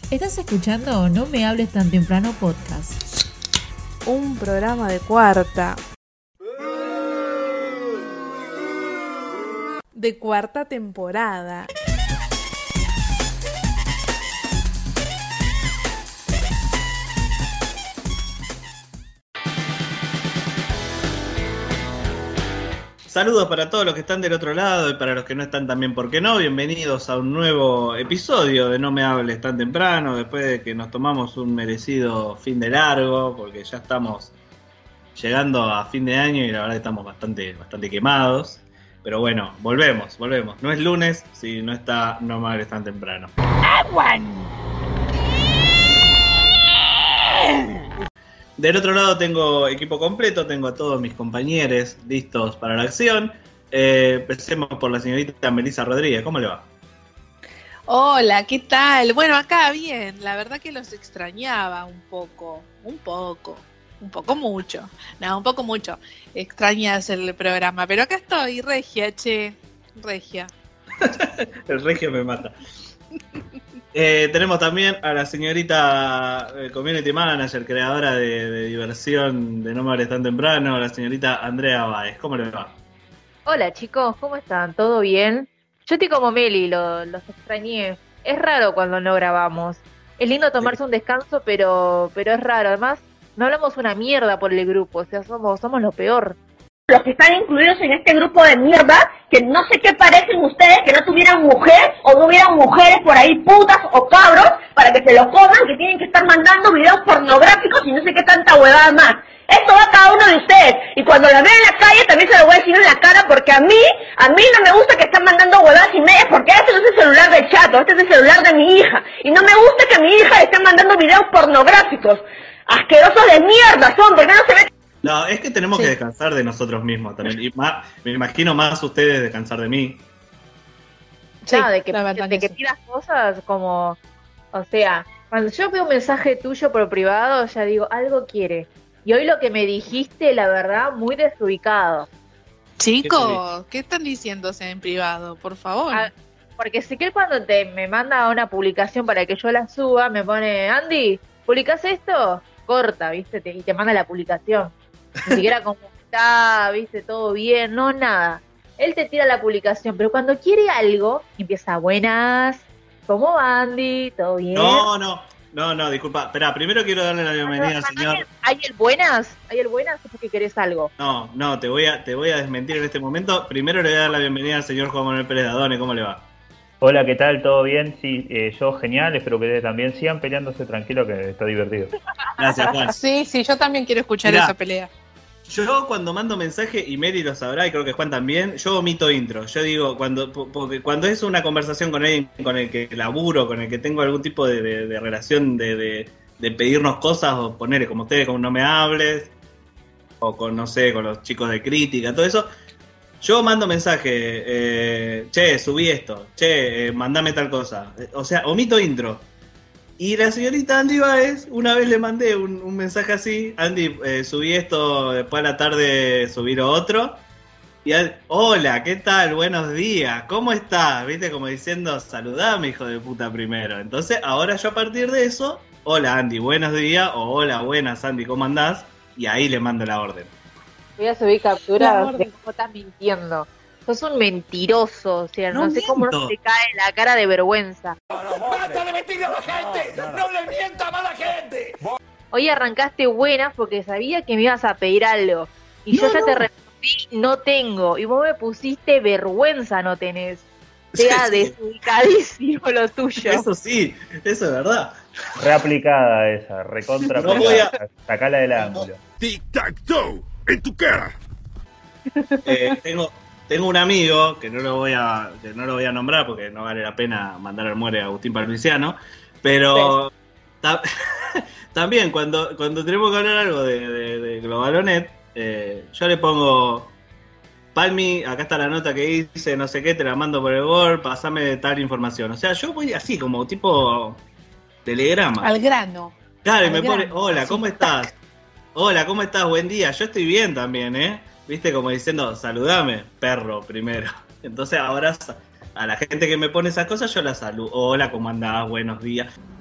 Estás escuchando No Me Hables Tan Temprano podcast. Un programa de cuarta. De cuarta temporada. Saludos para todos los que están del otro lado y para los que no están también, ¿por qué no? Bienvenidos a un nuevo episodio de No Me Hables Tan Temprano, después de que nos tomamos un merecido fin de largo, porque ya estamos llegando a fin de año y la verdad estamos bastante quemados. Pero bueno, volvemos. No es lunes si no está No Me Hables Tan Temprano. Del otro lado tengo equipo completo, tengo a todos mis compañeros listos para la acción. Empecemos por la señorita Melissa Rodríguez, ¿cómo le va? Hola, ¿qué tal? Bueno, acá bien, la verdad que los extrañaba un poco mucho. Extrañas el programa, pero acá estoy, regia. El regio me mata. Tenemos también a la señorita Community Manager, creadora de diversión de No Me Hables Tan Temprano, la señorita Andrea Báez. ¿Cómo le va? Hola chicos, ¿cómo están? ¿Todo bien? Yo estoy como Meli, los extrañé. Es raro cuando no grabamos. Es lindo tomarse un descanso, pero es raro. Además, no hablamos una mierda por el grupo, o sea, somos lo peor. Los que están incluidos en este grupo de mierda, que no sé qué parecen ustedes, que no tuvieran mujer, o no hubieran mujeres por ahí putas o cabros, para que se los coman, que tienen que estar mandando videos pornográficos y no sé qué tanta huevada más. Esto va a cada uno de ustedes, y cuando la vean en la calle también se lo voy a decir en la cara, porque a mí no me gusta que están mandando huevadas y medias, porque este no es el celular del chato, este es el celular de mi hija, y no me gusta que a mi hija le estén mandando videos pornográficos. Asquerosos de mierda son, porque no se ve. No, es que tenemos que descansar de nosotros mismos también. Y más, me imagino más ustedes descansar de mí. Sí, de que pidas cosas como, o sea, cuando yo veo un mensaje tuyo por privado, ya digo, algo quiere. Y hoy lo que me dijiste, la verdad, muy desubicado. Chicos, ¿qué están diciéndose en privado? Por favor. Porque sé que él cuando me manda una publicación para que yo la suba, me pone, Andy, ¿publicás esto? Corta, ¿viste? Y te manda la publicación. Ni siquiera como está, ¿viste? Todo bien, no, nada. Él te tira la publicación, pero cuando quiere algo, empieza, buenas, ¿cómo va, Andy? ¿Todo bien? No, disculpa. Espera, primero quiero darle la bienvenida al señor. ¿Hay el buenas? ¿Es porque querés algo? No, te voy a desmentir en este momento. Primero le voy a dar la bienvenida al señor Juan Manuel Pérez Dadone, ¿cómo le va? Hola, ¿qué tal? ¿Todo bien? Sí, yo genial, espero que también sigan peleándose tranquilo, que está divertido. Gracias, Juan. Sí, yo también quiero escuchar esa pelea. Yo cuando mando mensaje, y Mary lo sabrá, y creo que Juan también, yo omito intro. Yo digo, porque cuando es una conversación con alguien con el que laburo, con el que tengo algún tipo de relación de pedirnos cosas, o poner como ustedes, como No Me Hables, o con, no sé, con los chicos de crítica, todo eso. Yo mando mensaje, che, subí esto, che, mandame tal cosa. O sea, omito intro. Y la señorita Andy Báez, una vez le mandé un mensaje así, Andy, subí esto, después a la tarde subí lo otro. Y hola, ¿qué tal? Buenos días, ¿cómo estás? Viste, como diciendo, saludame, hijo de puta, primero. Entonces, ahora yo a partir de eso, hola Andy, buenos días, o hola, buenas Andy, ¿cómo andás? Y ahí le mando la orden. Voy a subir capturas de cómo estás mintiendo. Sos un mentiroso, o sea, no sé cómo no te cae la cara de vergüenza. ¡Basta de mentirle a la gente! ¡No le mientas a la gente! Hoy arrancaste buenas porque sabía que me ibas a pedir algo. Y yo ya te respondí, no tengo. Y vos me pusiste vergüenza, no tenés. Sea desubicadísimo lo tuyo. Eso sí, eso es verdad. Reaplicada esa, recontra. No voy a... Sacala del ángulo. Tic-tac-toe, en tu cara. Tengo un amigo que no lo voy a nombrar porque no vale la pena mandar al muere a Agustín Palmiciano, pero también cuando tenemos que hablar algo de Globalonet, yo le pongo, Palmi, acá está la nota que hice, no sé qué, te la mando por el Word, pasame tal información. O sea, yo voy así, como tipo telegrama. Al grano. Claro, y me pone, hola, ¿cómo estás? Hola, ¿cómo estás? Buen día. Yo estoy bien también, ¿eh? Viste, como diciendo, saludame, perro, primero. Entonces ahora a la gente que me pone esas cosas yo la saludo. Hola, ¿cómo andás? Buenos días.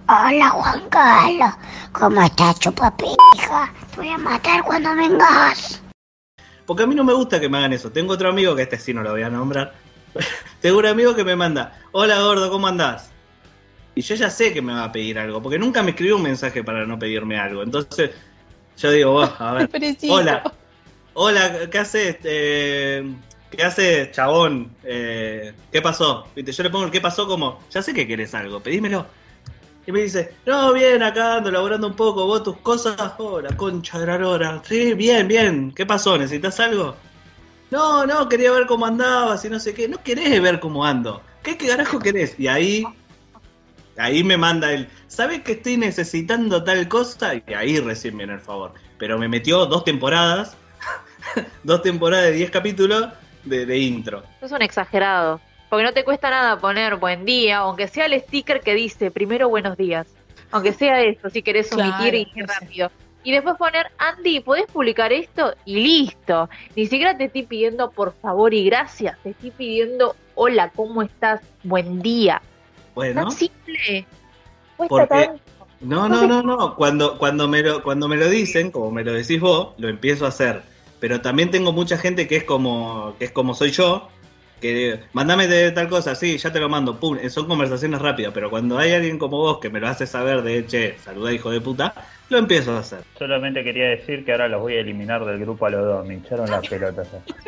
Hola Juan Carlos, ¿cómo estás, chupapija? Te voy a matar cuando vengas. Porque a mí no me gusta que me hagan eso. Tengo otro amigo, que este sí no lo voy a nombrar. Tengo un amigo que me manda, hola gordo, ¿cómo andás? Y yo ya sé que me va a pedir algo, porque nunca me escribió un mensaje para no pedirme algo. Entonces yo digo, a ver, hola, ¿qué haces? ¿Qué haces, chabón? ¿Qué pasó? ¿Viste? Yo le pongo el qué pasó como, ya sé que querés algo, pedímelo. Y me dice, no, bien, acá ando laburando un poco, vos tus cosas, la concha de la lora. Sí, bien, ¿qué pasó? ¿Necesitas algo? No, quería ver cómo andabas y no sé qué. No querés ver cómo ando. ¿Qué carajo querés? Y ahí me manda él, ¿sabes que estoy necesitando tal cosa? Y ahí recién viene el favor. Pero me metió 2 temporadas, 2 temporadas de 10 capítulos de intro. Es un exagerado. Porque no te cuesta nada poner buen día, aunque sea el sticker que dice primero buenos días. Aunque sea eso, si querés omitir y ir rápido. Y después poner, Andy, ¿podés publicar esto? Y listo. Ni siquiera te estoy pidiendo por favor y gracias. Te estoy pidiendo, hola, ¿cómo estás? Buen día. Bueno. Tan simple. Porque no. Cuando me lo dicen, como me lo decís vos, lo empiezo a hacer. Pero también tengo mucha gente que es como soy yo, que mandame de tal cosa, sí, ya te lo mando, pum, son conversaciones rápidas, pero cuando hay alguien como vos que me lo hace saber de, che, saludá hijo de puta, lo empiezo a hacer. Solamente quería decir que ahora los voy a eliminar del grupo a los dos, me hincharon las pelotas.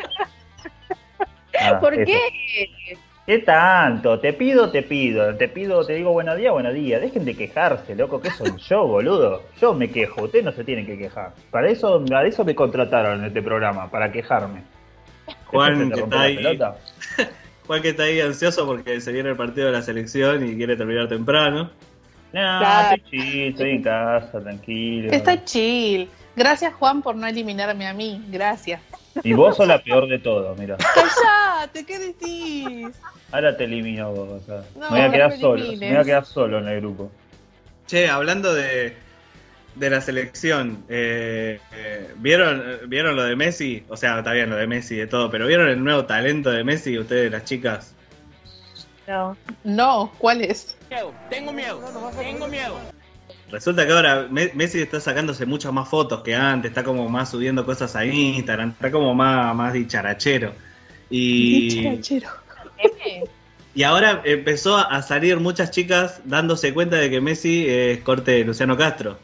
¿Por eso. qué? ¿Qué tanto? Te pido, te digo buenos días, dejen de quejarse, loco, que soy yo, boludo. Yo me quejo, ustedes no se tienen que quejar. Para eso me contrataron en este programa, para quejarme. Juan que está ahí ansioso porque se viene el partido de la selección y quiere terminar temprano. No, estoy chill, estoy en casa, tranquilo. Está chill. Gracias, Juan, por no eliminarme a mí. Gracias. Y vos sos la peor de todos, mira. ¡Cállate! ¿Qué decís? Ahora te elimino vos, o sea. No, me voy a quedar solo en el grupo. Che, hablando de la selección, ¿vieron lo de Messi? O sea, está bien lo de Messi y de todo, pero ¿vieron el nuevo talento de Messi, ustedes, las chicas? No, ¿cuál es? Tengo miedo. Resulta que ahora Messi está sacándose muchas más fotos que antes, está como más subiendo cosas a Instagram, está como más dicharachero. Dicharachero. Y ahora empezó a salir muchas chicas dándose cuenta de que Messi es corte de Luciano Castro.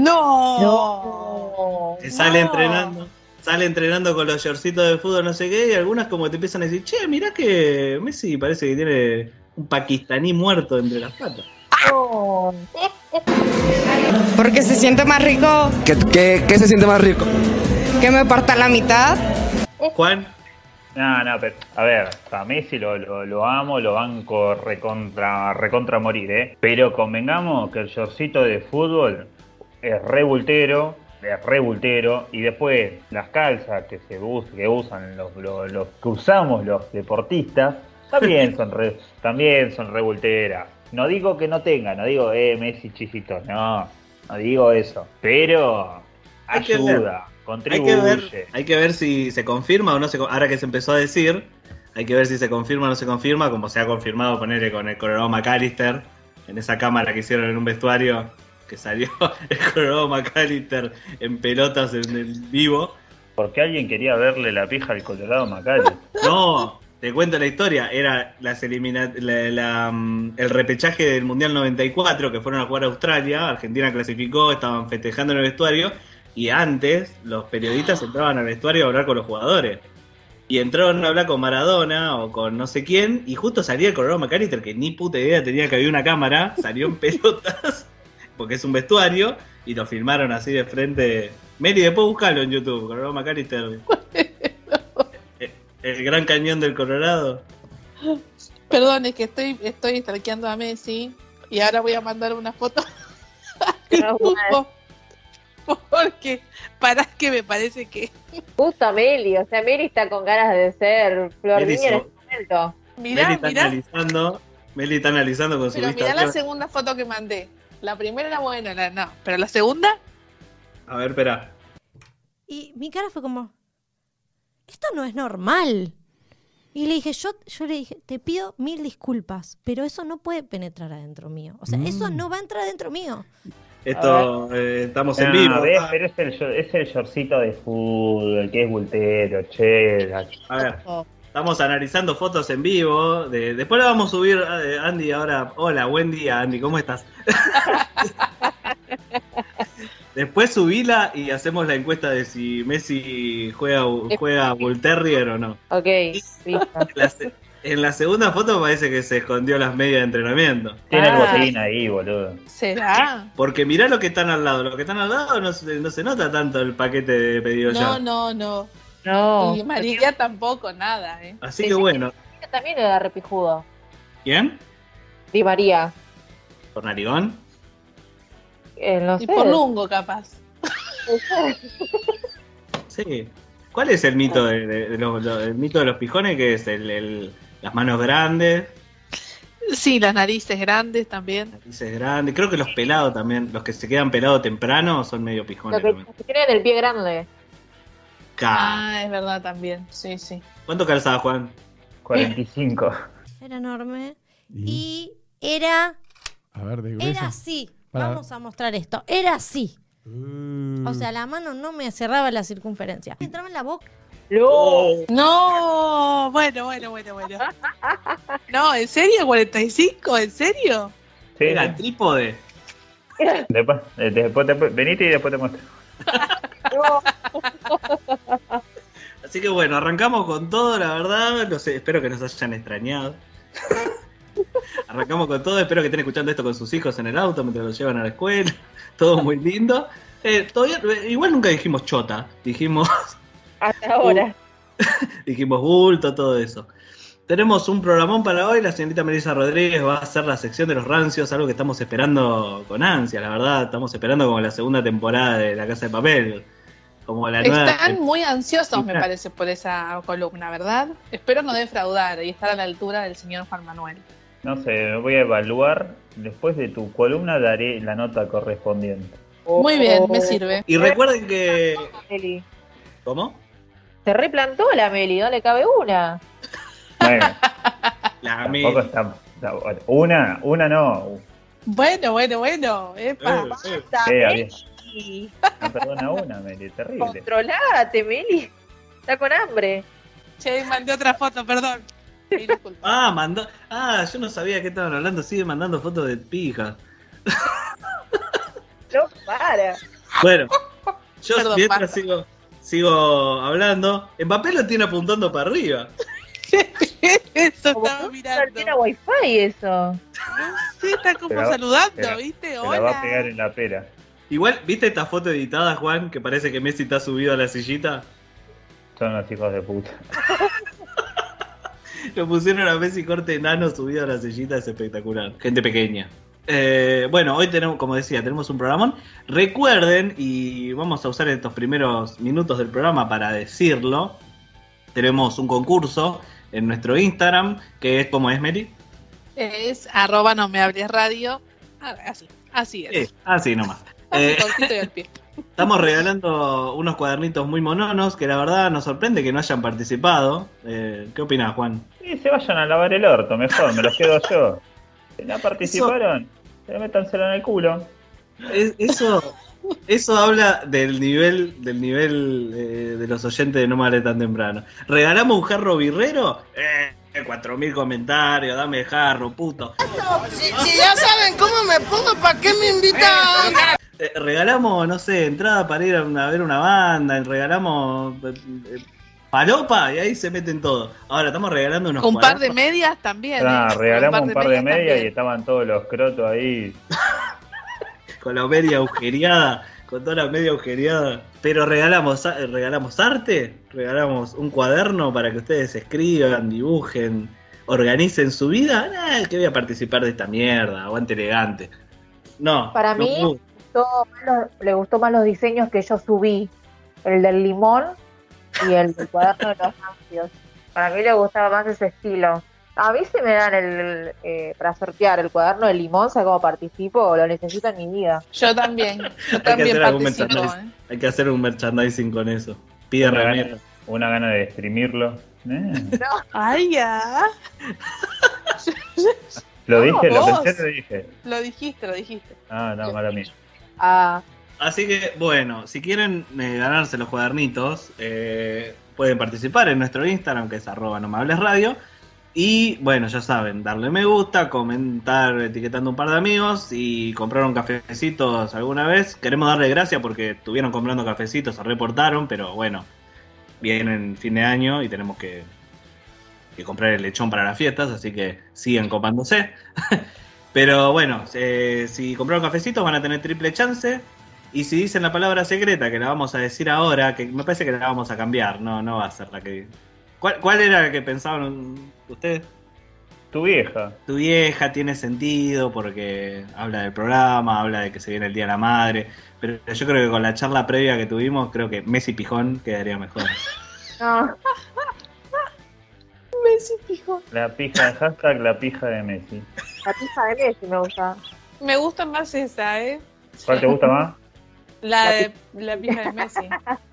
No. Que sale entrenando con los shortcitos de fútbol, no sé qué, y algunas como te empiezan a decir, che, mirá que Messi parece que tiene un pakistaní muerto entre las patas. Porque se siente más rico. ¿Qué se siente más rico? Que me parta la mitad. Juan. No, pero a ver, a Messi lo amo, lo banco recontra morir, pero convengamos que el shortcito de fútbol es re bultero, y después las calzas que usan los que usamos los deportistas también son re bulteras. No digo que no tenga, no digo Messi chisito, no digo eso, pero ayuda, contribuye. Hay que ver si se confirma o no se, ahora que se empezó a decir, hay que ver si se confirma o no se confirma, como se ha confirmado ponerle con el Colorado McAllister, en esa cámara que hicieron en un vestuario, que salió el Colorado McAllister en pelotas en el vivo. Porque alguien quería verle la pija al Colorado McAllister. No, te cuento la historia, era el repechaje del Mundial 94, que fueron a jugar a Australia, Argentina clasificó, estaban festejando en el vestuario, y antes los periodistas entraban al vestuario a hablar con los jugadores. Y entraron a hablar con Maradona o con no sé quién, y justo salía el Colorado McAllister, que ni puta idea tenía que había una cámara, salió en pelotas, porque es un vestuario, y lo filmaron así de frente. Mary, después buscalo en YouTube, Colorado McAllister. El Gran Cañón del Colorado. Perdón, es que estoy stalkeando a Messi y ahora voy a mandar una foto al grupo, porque para que me parece que Puta Meli, o sea, Meli está con ganas de ser Flor Viña en este momento. Mirá. Meli está analizando con su Pero vista. mirá la segunda foto que mandé. La primera era buena, no, pero la segunda. A ver, espera. Y mi cara fue como, esto no es normal. Y le dije, yo le dije, te pido 1000 disculpas, pero eso no puede penetrar adentro mío. O sea, eso no va a entrar adentro mío. Esto, estamos en vivo. Pero es el shortcito de fútbol, que es bultero, che. A ver, estamos analizando fotos en vivo. Después la vamos a subir, Andy, ahora. Hola, buen día, Andy, ¿cómo estás? Después subila y hacemos la encuesta de si Messi juega Bull Terrier o no. Ok, listo. En la segunda foto parece que se escondió las medias de entrenamiento. Tiene el botín ahí, boludo. ¿Será? Porque mirá lo que están al lado. Lo que están al lado no se nota tanto el paquete de pedido ya. No. Y María tampoco, nada, Así que bueno. También era repijudo. ¿Quién? Di María. ¿Por narigón? No sé. Y por lungo, capaz. Sí. ¿Cuál es el mito el mito de los pijones? Que es las manos grandes. Sí, las narices grandes también. Narices grandes. Creo que los pelados también, los que se quedan pelados temprano, son medio pijones. Los que tienen el pie grande. Es verdad también. Sí. ¿Cuánto calzaba, Juan? 45. Era enorme. Y era... A ver, de grueso. Era así. Vamos a mostrar esto. Era así. O sea, la mano no me cerraba la circunferencia. Entraba en la boca. No, bueno. No, ¿en serio? ¿45? ¿En serio? Sí. Era el trípode. Después, venite y después te muestro. Así que bueno, arrancamos con todo, la verdad. Espero que nos hayan extrañado. Arrancamos con todo, espero que estén escuchando esto con sus hijos en el auto mientras los llevan a la escuela. Todo muy lindo. Igual nunca dijimos chota, dijimos... Hasta ahora. Dijimos bulto, todo eso. Tenemos un programón para hoy. La señorita Melissa Rodríguez va a hacer la sección de los rancios, algo que estamos esperando con ansia, la verdad. Estamos esperando como la segunda temporada de La Casa de Papel. Como la nueva... Están muy ansiosos, me parece, por esa columna, ¿verdad? Espero no defraudar y estar a la altura del señor Juan Manuel. No sé, me voy a evaluar. Después de tu columna daré la nota correspondiente. Muy bien, me sirve. Y recuerden que... Meli. ¿Cómo? Se replantó la Meli, no le cabe una. Bueno, tampoco está una no. Bueno. Epa. No perdona una, Meli, terrible. Controlate, Meli. Está con hambre. Che, mandé otra foto, perdón. Mandó. Yo no sabía que estaban hablando. Sigue mandando fotos de pijas. No para. Bueno, yo Perdón, mientras sigo hablando. Mbappé lo tiene apuntando para arriba. Eso estaba mirando. Tiene wifi eso. Sí, está como saludando, ¿viste? Se Hola. la va a pegar en la pera. Igual, ¿viste esta foto editada, Juan? Que parece que Messi está subido a la sillita. Son los hijos de puta. Lo pusieron a Messi corte enano subido a la sillita, es espectacular. Gente pequeña. Bueno, hoy tenemos, como decía, tenemos un programón. Recuerden, y vamos a usar estos primeros minutos del programa para decirlo, tenemos un concurso en nuestro Instagram, que es, ¿cómo es, Mary? Es @nomehablesradio. Así es. Así nomás. Cortito y al pie. Estamos regalando unos cuadernitos muy mononos que la verdad nos sorprende que no hayan participado. ¿Qué opinás, Juan? Sí, se vayan a lavar el orto, mejor, me los quedo yo. Si no participaron, métanselo en el culo. Eso habla del nivel de los oyentes de No Me Hables Tan Temprano. ¿Regalamos un jarro birrero? 4.000 comentarios, dame jarro, puto. Si ya saben cómo me pongo, ¿para qué me invitan? Regalamos, no sé, entrada para ir a ver una banda, regalamos palopa y ahí se meten todos. Ahora estamos regalando unos un par de medias también. Regalamos un par de medias y estaban todos los crotos ahí. Con la media agujereada, con toda la media agujereada. Pero regalamos arte, regalamos un cuaderno para que ustedes escriban, dibujen, organicen su vida. Que voy a participar de esta mierda, aguante elegante. No. Para mí le gustó más los diseños que yo subí. El del limón y el del cuaderno de los rancios. Para mí le gustaba más ese estilo. A mí se me dan para sortear el cuaderno de limón, ¿sabes cómo participo? Lo necesito en mi vida. Yo también participo. Hay que hacer un merchandising con eso. Pide una gana de exprimirlo. Ay, ya. Lo dije, lo vos. pensé, lo dije. Lo dijiste. Ah, no, mala mía. Así que, bueno, si quieren ganarse los cuadernitos, pueden participar en nuestro Instagram, que es @nomehablesradio. Y, bueno, ya saben, darle me gusta, comentar etiquetando un par de amigos y compraron cafecitos alguna vez. Queremos darle gracias porque estuvieron comprando cafecitos, se reportaron, pero bueno, viene fin de año y tenemos que comprar el lechón para las fiestas, así que sigan copándose. Pero bueno, si compraron cafecitos van a tener triple chance. Y si dicen la palabra secreta, que la vamos a decir ahora, que me parece que la vamos a cambiar, no va a ser la que... ¿Cuál era la que pensaban ustedes? Tu vieja. Tu vieja tiene sentido porque habla del programa, habla de que se viene el Día de la Madre. Pero yo creo que con la charla previa que tuvimos, creo que Messi Pijón quedaría mejor. No. Messi Pijón. La pija, hashtag la pija de Messi. La pija de Messi me gusta. Me gusta más esa, ¿eh? ¿Cuál te gusta más? La pija de Messi.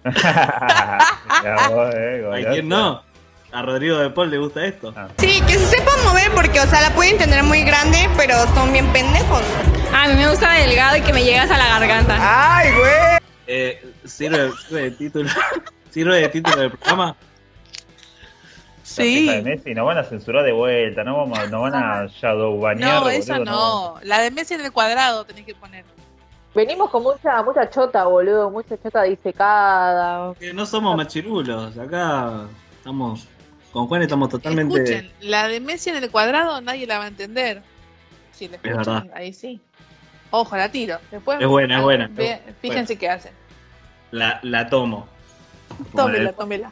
Ya vos, ¿A quién no? ¿A Rodrigo de Paul le gusta esto? Sí, que se sepan mover porque, o sea, la pueden tener muy grande, pero son bien pendejos. A mí me gusta delgado y que me llegas a la garganta. ¡Ay, güey! ¿Sirve de título? ¿Sirve de título del programa? Sí. La pija de Messi, nos van a censurar de vuelta, nos van a shadowbanear. No, esa no. La de Messi en el cuadrado tenés que poner. Venimos con mucha chota, boludo, mucha chota disecada. Que no somos machirulos, acá estamos... Con Juan estamos totalmente... Escuchen, la de Messi en el cuadrado nadie la va a entender. Si la escuchan, verdad. ahí sí. Ojo, la tiro. Después, Es buena, es buena. Fíjense qué hacen. La tomo. Tómela.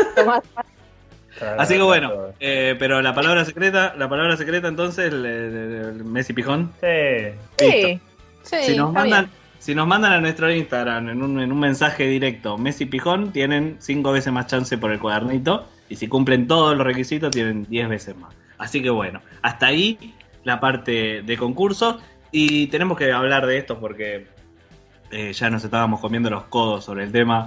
Así que bueno, pero la palabra secreta entonces, el Messi Pijón. Sí. Si nos mandan a nuestro Instagram en un mensaje directo Messi Pijón, tienen 5 veces más chance por el cuadernito. Y si cumplen todos los requisitos, tienen 10 veces más. Así que bueno, hasta ahí la parte de concurso. Y tenemos que hablar de esto porque ya nos estábamos comiendo los codos sobre el tema.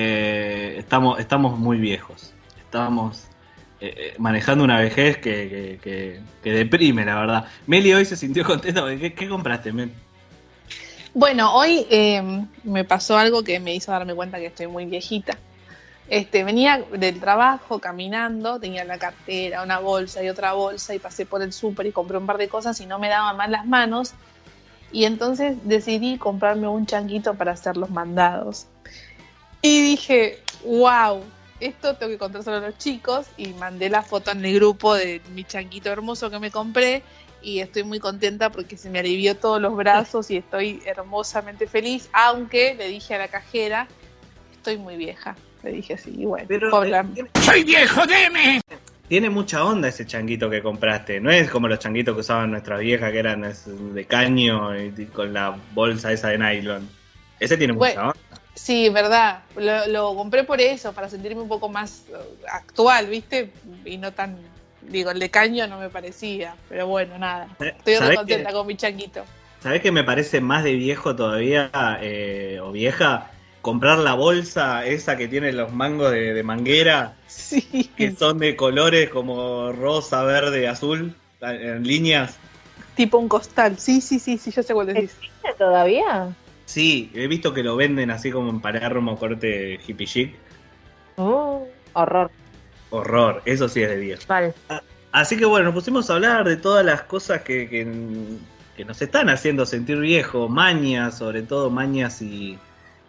Estamos muy viejos. Estamos manejando una vejez que deprime, la verdad. Meli hoy se sintió contenta. ¿Qué compraste, Mel? Bueno, hoy me pasó algo que me hizo darme cuenta que estoy muy viejita. Venía del trabajo caminando, tenía la cartera, una bolsa y otra bolsa y pasé por el súper y compré un par de cosas y no me daban más las manos y entonces decidí comprarme un changuito para hacer los mandados y dije, wow, esto tengo que contárselo a los chicos y mandé la foto en el grupo de mi changuito hermoso que me compré y estoy muy contenta porque se me alivió todos los brazos y estoy hermosamente feliz, aunque le dije a la cajera, estoy muy vieja. Le dije así, y bueno, pero, ¡soy viejo, deme! Tiene mucha onda ese changuito que compraste. No es como los changuitos que usaban nuestras viejas, que eran de caño y con la bolsa esa de nylon. Ese tiene mucha onda. Sí, verdad. Lo compré por eso, para sentirme un poco más actual, ¿viste? Y no tan... Digo, el de caño no me parecía. Pero bueno, nada. Estoy re contenta con mi changuito. ¿Sabés qué me parece más de viejo todavía, o vieja? Comprar la bolsa esa que tiene los mangos de manguera, sí, que son de colores como rosa, verde, azul, en líneas. Tipo un costal, sí, yo sé cuál decís. ¿Existe todavía? Sí, he visto que lo venden así como en Palermo, corte hippie chic. Horror. Horror, eso sí es de viejo. Vale. Así que bueno, nos pusimos a hablar de todas las cosas que nos están haciendo sentir viejos, mañas, sobre todo mañas y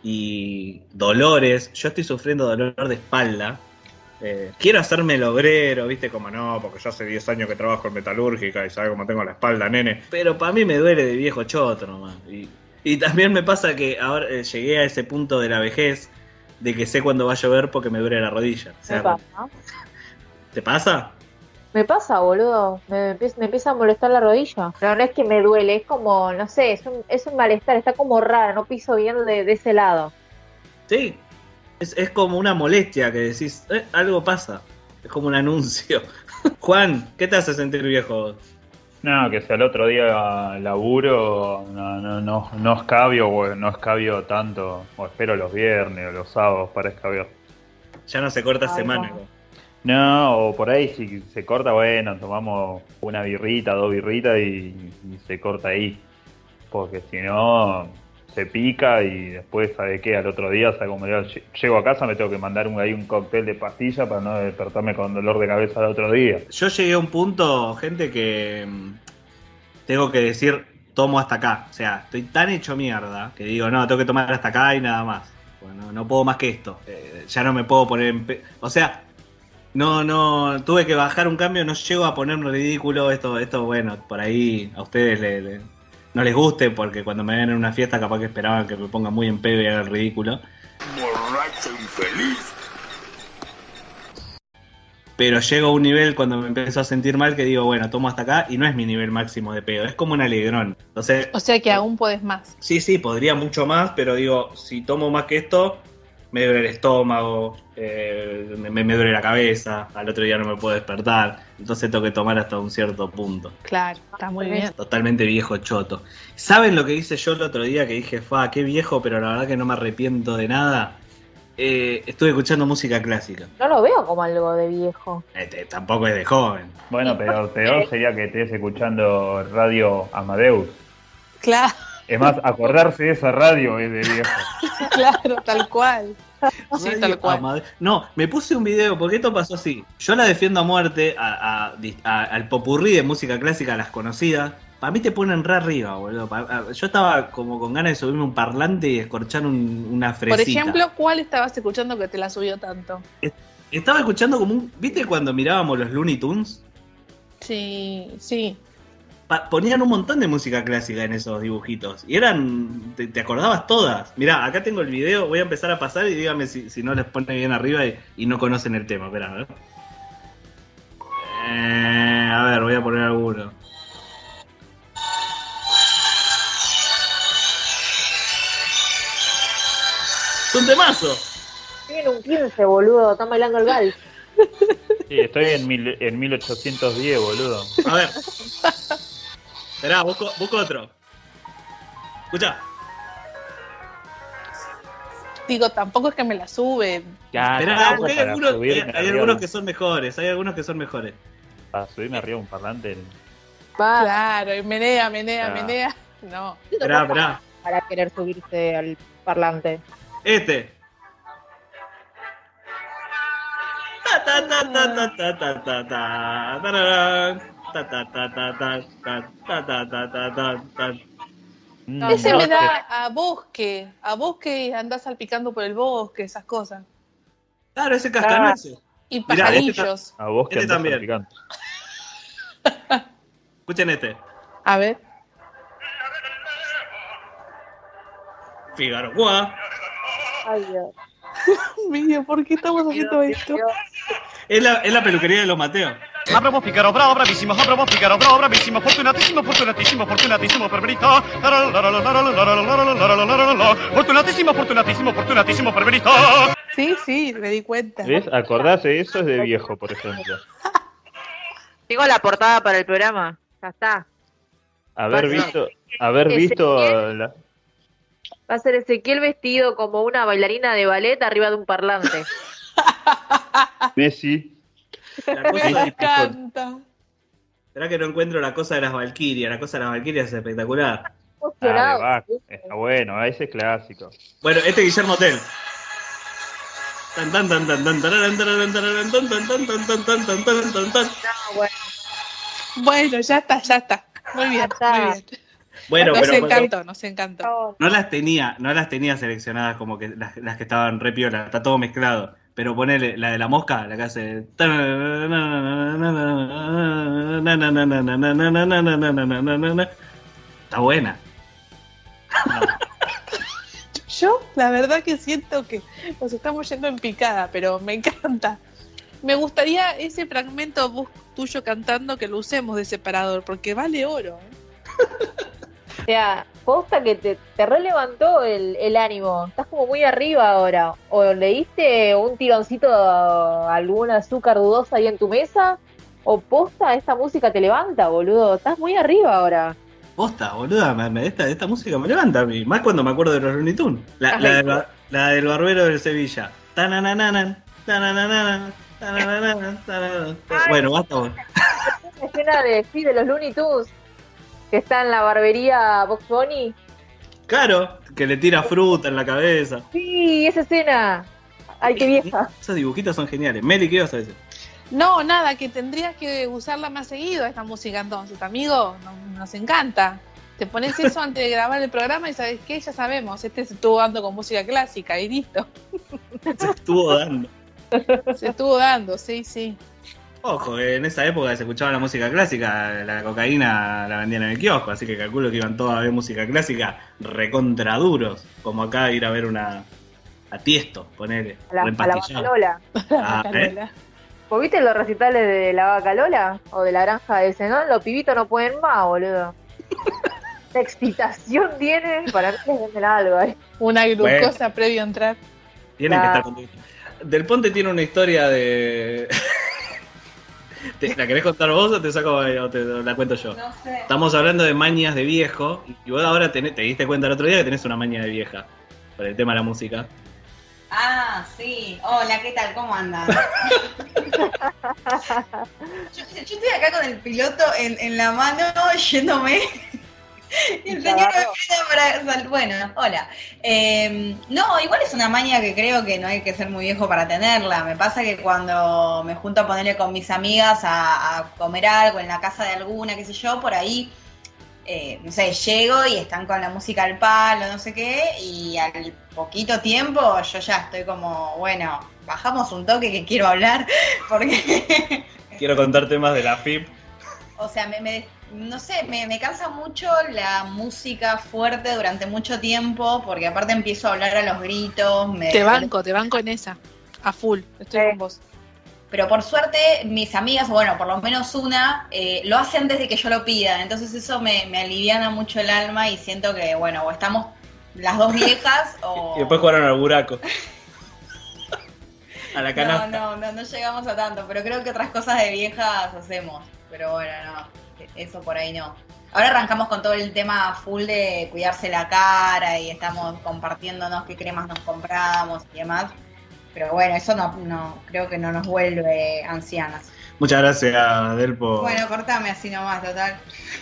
dolores. Yo estoy sufriendo dolor de espalda. Quiero hacerme el obrero, ¿viste? Como no, porque yo hace 10 años que trabajo en metalúrgica y sabes cómo tengo la espalda, nene. Pero para mí me duele de viejo choto nomás. Y también me pasa que ahora llegué a ese punto de la vejez de que sé cuándo va a llover porque me duele la rodilla. O sea, ¿me pasa? ¿Te pasa? Me pasa, boludo. Me empieza a molestar la rodilla. Pero no es que me duele, es como, no sé, es un malestar, está como raro, no piso bien de ese lado. Sí, es como una molestia que decís, algo pasa. Es como un anuncio. Juan, ¿qué te hace sentir viejo? No, que si al otro día laburo, no escabio tanto, o espero los viernes o los sábados para escabiar. Ya no se corta semana. No, o por ahí si se corta, bueno, tomamos una birrita, 2 birritas y se corta ahí. Porque si no, se pica y después, ¿sabe qué? Al otro día, ¿sabe cómo llego a casa? Me tengo que mandar ahí un cóctel de pastilla para no despertarme con dolor de cabeza al otro día. Yo llegué a un punto, gente, que tengo que decir, tomo hasta acá. O sea, estoy tan hecho mierda que digo, no, tengo que tomar hasta acá y nada más. Bueno, no puedo más que esto. Ya no me puedo poner o sea, no, tuve que bajar un cambio, no llego a ponerme ridículo. Esto bueno, por ahí a ustedes no les guste, porque cuando me ven en una fiesta capaz que esperaban que me ponga muy en pedo y haga el ridículo. Borracho infeliz. Pero llego a un nivel cuando me empiezo a sentir mal que digo, bueno, tomo hasta acá y no es mi nivel máximo de pedo, es como un alegrón. Entonces, O sea que aún podés más. sí, podría mucho más, pero digo, si tomo más que esto, me duele el estómago, me duele la cabeza, al otro día no me puedo despertar, entonces tengo que tomar hasta un cierto punto. Claro, está muy bien. Totalmente viejo choto. ¿Saben lo que hice yo el otro día? Que dije, qué viejo, pero la verdad que no me arrepiento de nada. Estuve escuchando música clásica. No lo veo como algo de viejo. Tampoco es de joven. Bueno, pero peor sería que estés escuchando Radio Amadeus. Claro. Es más, acordarse de esa radio es de viejo. Claro, tal cual. Sí, tal cual. No, me puse un video, porque esto pasó así. Yo la defiendo a muerte al popurrí de música clásica, a las conocidas. Para mí te ponen re arriba, boludo. Yo estaba como con ganas de subirme un parlante y escorchar una fresita. Por ejemplo, ¿cuál estabas escuchando que te la subió tanto? Estaba escuchando como ¿viste cuando mirábamos los Looney Tunes? Sí. Ponían un montón de música clásica en esos dibujitos. Y eran... Te acordabas todas. Mirá, acá tengo el video, voy a empezar a pasar y dígame si no les pone bien arriba y no conocen el tema. Esperá, a ver. A ver, voy a poner alguno. ¡Es un temazo! Tienen un 15, boludo, están bailando el vals. Sí, estoy en 1810, boludo. A ver. Esperá, busco otro. Escucha. Digo, tampoco es que me la sube. Esperá, porque hay algunos que son mejores. Para subirme arriba un parlante. Claro, y menea. No. Esperá. Para querer subirse al parlante. Este. Ese me da a bosque y andás salpicando por el bosque, esas cosas. Claro, ese cascanueces. Y pajarillos. A vos que también. Salpicando. Escuchen este. A ver. Fígaro, guau. Ay, Dios. Mío, ¿por qué estamos haciendo esto? Es la peluquería de los Mateos. Bravo, Fígaro, bravo, bravísimo, bravo, Fígaro, bravo, bravísimo, fortunatísimo, perverito. Fortunatísimo, perverito. Sí, me di cuenta. ¿Ves? Acordarse eso es de viejo, por ejemplo. Tengo la portada para el programa. Ya está. Haber visto la... Va a ser Ezequiel vestido como una bailarina de ballet arriba de un parlante. Messi. Me encanta. ¿Será que no encuentro la cosa de las Valquirias? La cosa de las Valquirias es espectacular. Está bueno, ese es clásico. Bueno, este Guillermo Tell. Bueno, ya está. Muy bien. Bueno, Nos encantó. No las tenía seleccionadas como que las que estaban re piola, está todo mezclado. Pero ponele la de la mosca, la que hace. Está buena. Yo, la verdad que siento que nos estamos yendo en picada, pero me encanta. Me gustaría ese fragmento tuyo cantando que lo usemos de separador, porque vale oro. O sea, posta que te relevantó el ánimo. Estás como muy arriba ahora. O le diste un tironcito a alguna azúcar dudosa ahí en tu mesa, o posta esta música te levanta, boludo. Estás muy arriba ahora. Posta, boluda, esta música me levanta a mí. Más cuando me acuerdo de los Looney Tunes. La del barbero del Sevilla. Tananananan, tananananan, Bueno, basta vos. Una escena de los Looney Tunes que está en la barbería Box Bunny. Claro, que le tira fruta en la cabeza. Sí, esa escena. Ay, qué vieja. Esos dibujitos son geniales. Meli, ¿qué ibas a decir? No, nada, que tendrías que usarla más seguido esta música entonces, amigo. Nos encanta. Te pones eso antes de grabar el programa y ¿sabes qué? Ya sabemos, se estuvo dando con música clásica y listo. Se estuvo dando. Se estuvo dando, sí. Ojo, en esa época se escuchaba la música clásica, la cocaína la vendían en el kiosco, así que calculo que iban todos a ver música clásica recontra duros, como acá ir a ver a Tiesto, ponele, a la Vaca Lola. ¿Vos viste los recitales de la Vaca Lola? O de la Granja de Zenón, los pibitos no pueden más, boludo. ¿Qué excitación tienen? Para mí les venden algo ahí. Una glucosa previo a entrar. Tienen que estar contigo. Del Ponte tiene una historia de... ¿La querés contar vos o te saco o te la cuento yo? No sé. Estamos hablando de mañas de viejo y vos ahora te diste cuenta el otro día que tenés una maña de vieja por el tema de la música. Ah, sí. Hola, ¿qué tal? ¿Cómo andan? yo estoy acá con el piloto en la mano, yéndome. Y el señor me frena para... Bueno, hola. No, igual es una maña que creo que no hay que ser muy viejo para tenerla. Me pasa que cuando me junto a ponerle con mis amigas a comer algo en la casa de alguna, qué sé yo, por ahí, no sé, llego y están con la música al palo, no sé qué, y al poquito tiempo yo ya estoy como, bueno, bajamos un toque que quiero hablar, porque... Quiero contarte más de la FIP. O sea, no sé, me cansa mucho la música fuerte durante mucho tiempo, porque aparte empiezo a hablar a los gritos. Te banco en esa, a full, estoy con vos. Pero por suerte, mis amigas, bueno, por lo menos una, lo hace antes de que yo lo pida, entonces eso me aliviana mucho el alma y siento que, bueno, o estamos las dos viejas o... Y después jugaron al buraco. A la canasta. No llegamos a tanto, pero creo que otras cosas de viejas hacemos. Pero bueno, no, eso por ahí no. Ahora arrancamos con todo el tema full de cuidarse la cara y estamos compartiéndonos qué cremas nos compramos y demás. Pero bueno, eso no creo que no nos vuelve ancianas. Muchas gracias, Delpo. Bueno, cortame así nomás, total.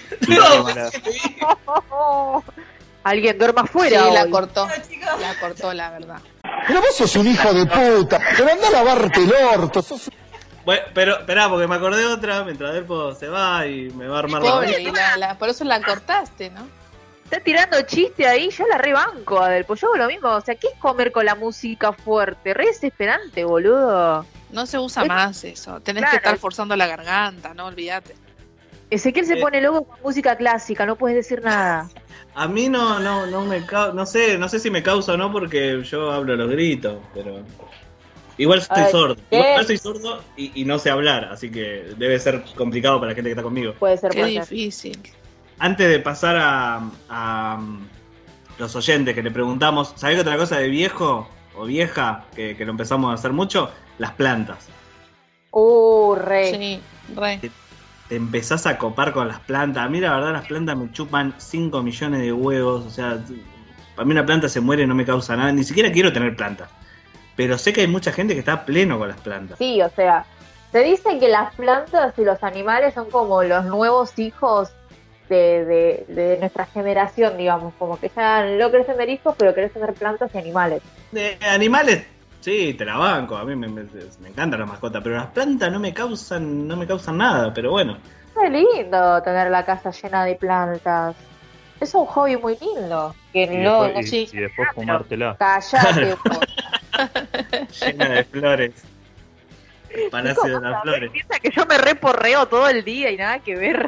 Alguien duerma afuera. Sí, hoy. la cortó, la verdad. Pero vos sos un hijo de puta. Pero anda a lavarte el orto. Bueno, pero esperá, porque me acordé otra mientras Delpo se va y me va a armar Pobre, por eso la cortaste, ¿no? Está tirando chiste ahí, yo la rebanco, Adelpo. Yo hago lo mismo, o sea, ¿qué es comer con la música fuerte? Re desesperante, boludo. No se usa más eso, tenés que estar forzando la garganta, no olvídate. Ezequiel se pone loco con música clásica, no puedes decir nada. A mí no sé si me causa o no porque yo hablo a los gritos, pero igual soy sordo. Igual soy sordo y no sé hablar, así que debe ser complicado para la gente que está conmigo. Puede ser. Qué difícil. Antes de pasar a los oyentes que le preguntamos, ¿sabés qué otra cosa de viejo o vieja que lo empezamos a hacer mucho? Las plantas. Re. Sí, re. Te empezás a copar con las plantas. A mí la verdad las plantas me chupan 5 millones de huevos. O sea, para mí una planta se muere y no me causa nada. Ni siquiera quiero tener plantas. Pero sé que hay mucha gente que está pleno con las plantas. Sí, o sea, se dice que las plantas y los animales son como los nuevos hijos de nuestra generación, digamos. Como que ya no querés tener hijos, pero querés tener plantas y animales. De animales, sí, te la banco. A mí me encantan las mascotas. Pero las plantas no me causan nada. Pero bueno. Es lindo tener la casa llena de plantas. Es un hobby muy lindo. Que y después fumártela. Cállate. Llena de flores. El Palacio de las Flores. Piensa que yo me reporreo todo el día y nada que ver.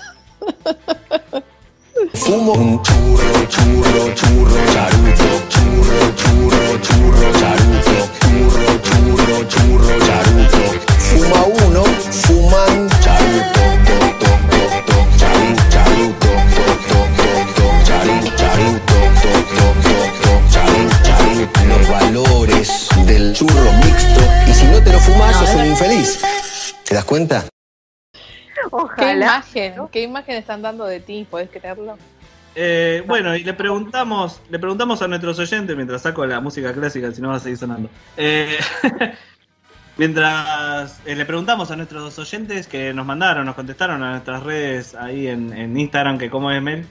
Fumo un churro, charuto, charuto. Fuma uno, fuman charuto, los valores del churro mixto. Y si no te lo fumas, sos un infeliz. ¿Te das cuenta? Ojalá. ¿Qué imagen están dando de ti? ¿Podés creerlo? Bueno, y le preguntamos a nuestros oyentes, mientras saco la música clásica, si no va a seguir sonando. Mientras le preguntamos a nuestros dos oyentes que nos contestaron a nuestras redes ahí en Instagram, que cómo es, Mel.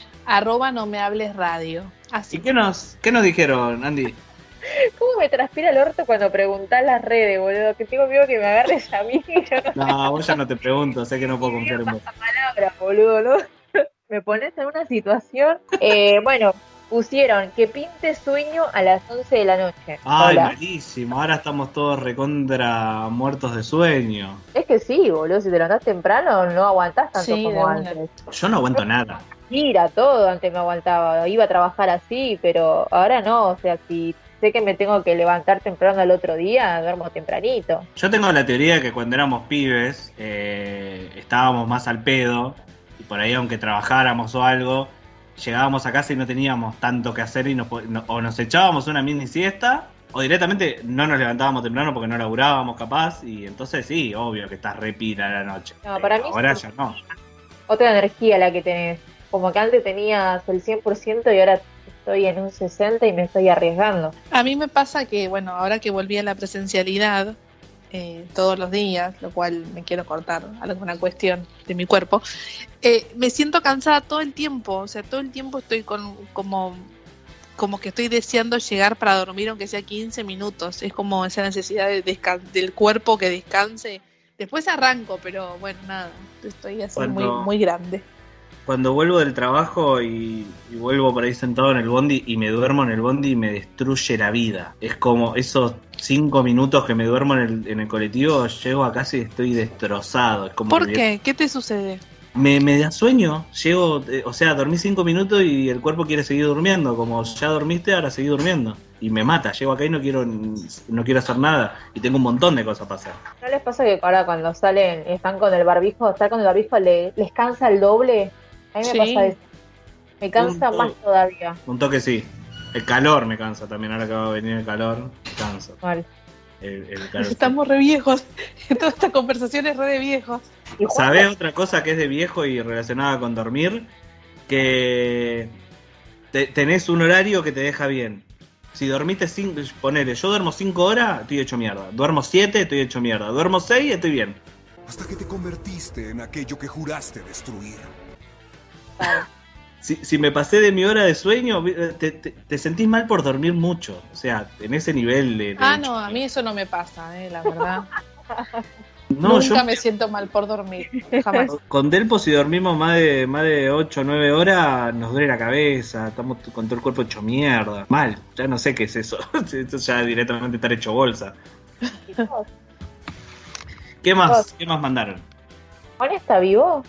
@nomehablesradio. Así. ¿Y qué nos dijeron, Andy? ¿Cómo me transpira el orto cuando preguntás las redes, boludo? Que tengo miedo que me agarres a mí. No, vos ya no te pregunto, sé que no puedo confiar en vos. Palabras, boludo, ¿no? Me pones en una situación. Bueno, pusieron que pinte sueño a las 11 de la noche. Ay, Hola. malísimo, ahora estamos todos recontra muertos de sueño. Es que sí, boludo, si te levantás temprano no aguantás tanto Sí, como de una. antes. Yo no aguanto nada. Mira, todo antes me aguantaba, iba a trabajar así, pero ahora no, o sea, si sé que me tengo que levantar temprano al otro día, duermo tempranito. Yo tengo la teoría de que cuando éramos pibes estábamos más al pedo y por ahí aunque trabajáramos o algo, llegábamos a casa y no teníamos tanto que hacer y o nos echábamos una mini siesta o directamente no nos levantábamos temprano porque no laburábamos capaz y entonces sí, obvio que estás re pila a la noche. No, para mí ahora es ya no. otra energía la que tenés, como que antes tenías el 100% y ahora estoy en un 60% y me estoy arriesgando. A mí me pasa que, bueno, ahora que volví a la presencialidad todos los días, lo cual me quiero cortar alguna cuestión de mi cuerpo, me siento cansada todo el tiempo, o sea, todo el tiempo estoy como que estoy deseando llegar para dormir aunque sea 15 minutos, es como esa necesidad del cuerpo que descanse. Después arranco, pero bueno, nada, estoy así muy grande. Cuando vuelvo del trabajo y vuelvo por ahí sentado en el bondi y me duermo en el bondi y me destruye la vida. Es como esos 5 minutos que me duermo en el colectivo, llego a casa y estoy destrozado. Es como ¿Por qué? ¿Qué te sucede? Me da sueño, llego, o sea, dormí 5 minutos y el cuerpo quiere seguir durmiendo, como ya dormiste, ahora seguí durmiendo. Y me mata, llego acá y no quiero hacer nada, y tengo un montón de cosas para hacer. ¿No les pasa que ahora cuando salen, están con el barbijo, estar con el barbijo les cansa el doble? A mí me pasa eso. Me cansa más todavía. Un toque sí. El calor me cansa también, ahora que va a venir el calor, me cansa. Vale. El calor. Estamos re viejos, toda esta conversación es re de viejos. ¿Sabés otra cosa que es de viejo y relacionada con dormir? Que tenés un horario que te deja bien. Si dormiste ponele, yo duermo 5 horas, estoy hecho mierda. Duermo 7, estoy hecho mierda. Duermo 6, estoy bien. Hasta que te convertiste en aquello que juraste destruir. Si me pasé de mi hora de sueño, te sentís mal por dormir mucho. O sea, en ese nivel de no, a mí eso no me pasa, la verdad. No, Nunca me siento mal por dormir, jamás. Con Delpo, si dormimos más de 8 o 9 horas, nos duele la cabeza, estamos con todo el cuerpo hecho mierda. Mal, ya no sé qué es eso. Esto ya directamente estar hecho bolsa. ¿Qué más mandaron? ¿Juan está vivo?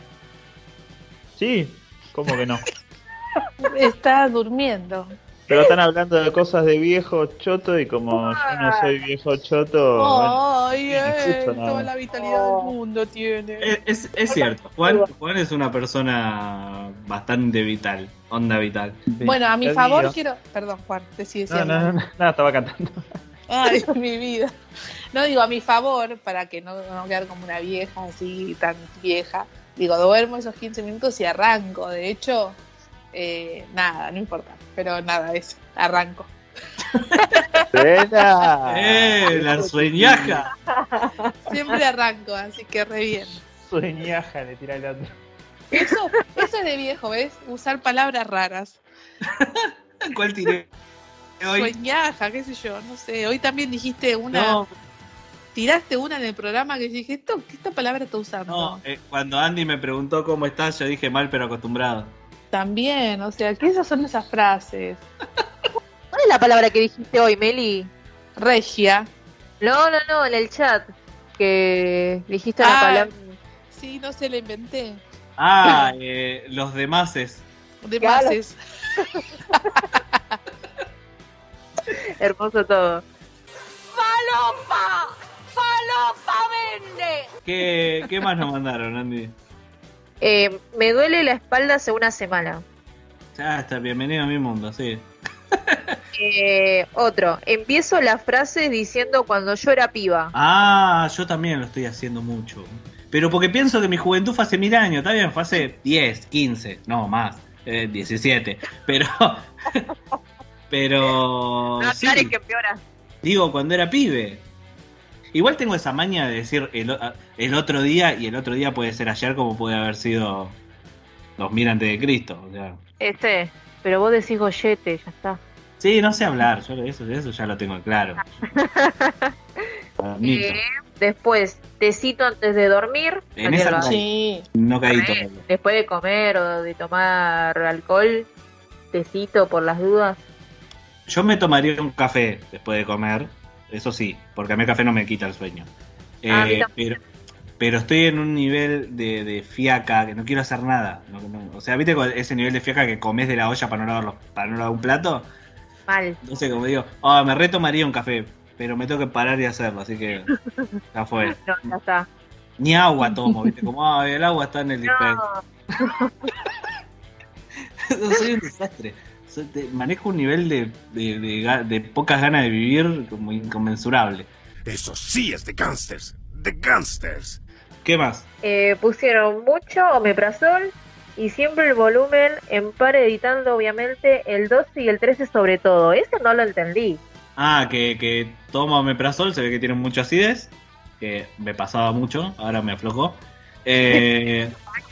Sí, ¿cómo que no? Está durmiendo. Pero están hablando de cosas de viejo choto y como yo no soy viejo choto... Ay, toda la vitalidad del mundo tiene. Es cierto, Juan es una persona bastante vital, onda vital. Bueno, a mi favor quiero... Perdón, Juan, decí. No, estaba cantando. Ay, mi vida. No, digo, a mi favor, para que no quedar como una vieja así, tan vieja. Digo, duermo esos 15 minutos y arranco. De hecho, nada, no importa. Pero nada, eso, arranco. La sueñaja. Siempre arranco, así que re bien. Sueñaja, le tira el otro. Eso es de viejo, ¿ves? Usar palabras raras. ¿Cuál tiré hoy? Sueñaja, qué sé yo, no sé. Hoy también dijiste una... No. Tiraste una en el programa que dije, ¿esta palabra está usando? No, cuando Andy me preguntó cómo estás, yo dije mal pero acostumbrado. También, o sea, ¿qué esas son esas frases? ¿Cuál es la palabra que dijiste hoy, Meli? Regia. No, en el chat. Que dijiste la palabra. Sí, no se la inventé. Los demases. Demases. Hermoso todo. ¡Falopa! ¡Falopa vende! ¿Qué más nos mandaron, Andy? Me duele la espalda hace una semana. Está bienvenido a mi mundo, sí. Otro. Empiezo las frases diciendo cuando yo era piba. Yo también lo estoy haciendo mucho. Pero porque pienso que mi juventud fue hace 1000 años. Está bien, fue hace 10, 15, no más, 17. Pero No, sí, claro que empeora. digo, cuando era pibe. Igual tengo esa maña de decir el otro día, y el otro día puede ser ayer como puede haber sido 2000 antes de Cristo. O sea. Pero vos decís gollete, ya está. Sí, no sé hablar, yo eso ya lo tengo claro. Después, tecito antes de dormir. En esa sí. No caí todo. Después de comer o de tomar alcohol, tecito por las dudas. Yo me tomaría un café después de comer, eso sí, porque a mí el café no me quita el sueño. Pero estoy en un nivel de fiaca que no quiero hacer nada. O sea, ¿viste ese nivel de fiaca que comes de la olla para no lavar un plato? Mal. No sé, como digo, me retomaría un café, pero me tengo que parar y hacerlo, así que ya fue. No, ya está. Ni agua tomo, ¿viste? Como, el agua está en el dispenser. No. Soy un desastre. Manejo un nivel de pocas ganas de vivir como inconmensurable. Eso sí es de gangsters. De gangsters. ¿Qué más? Pusieron mucho omeprazol y siempre el volumen en par, editando obviamente el 12 y el 13 sobre todo. Eso no lo entendí. Que toma omeprazol, se ve que tiene mucha acidez, que me pasaba mucho, ahora me aflojó. ¿Eh?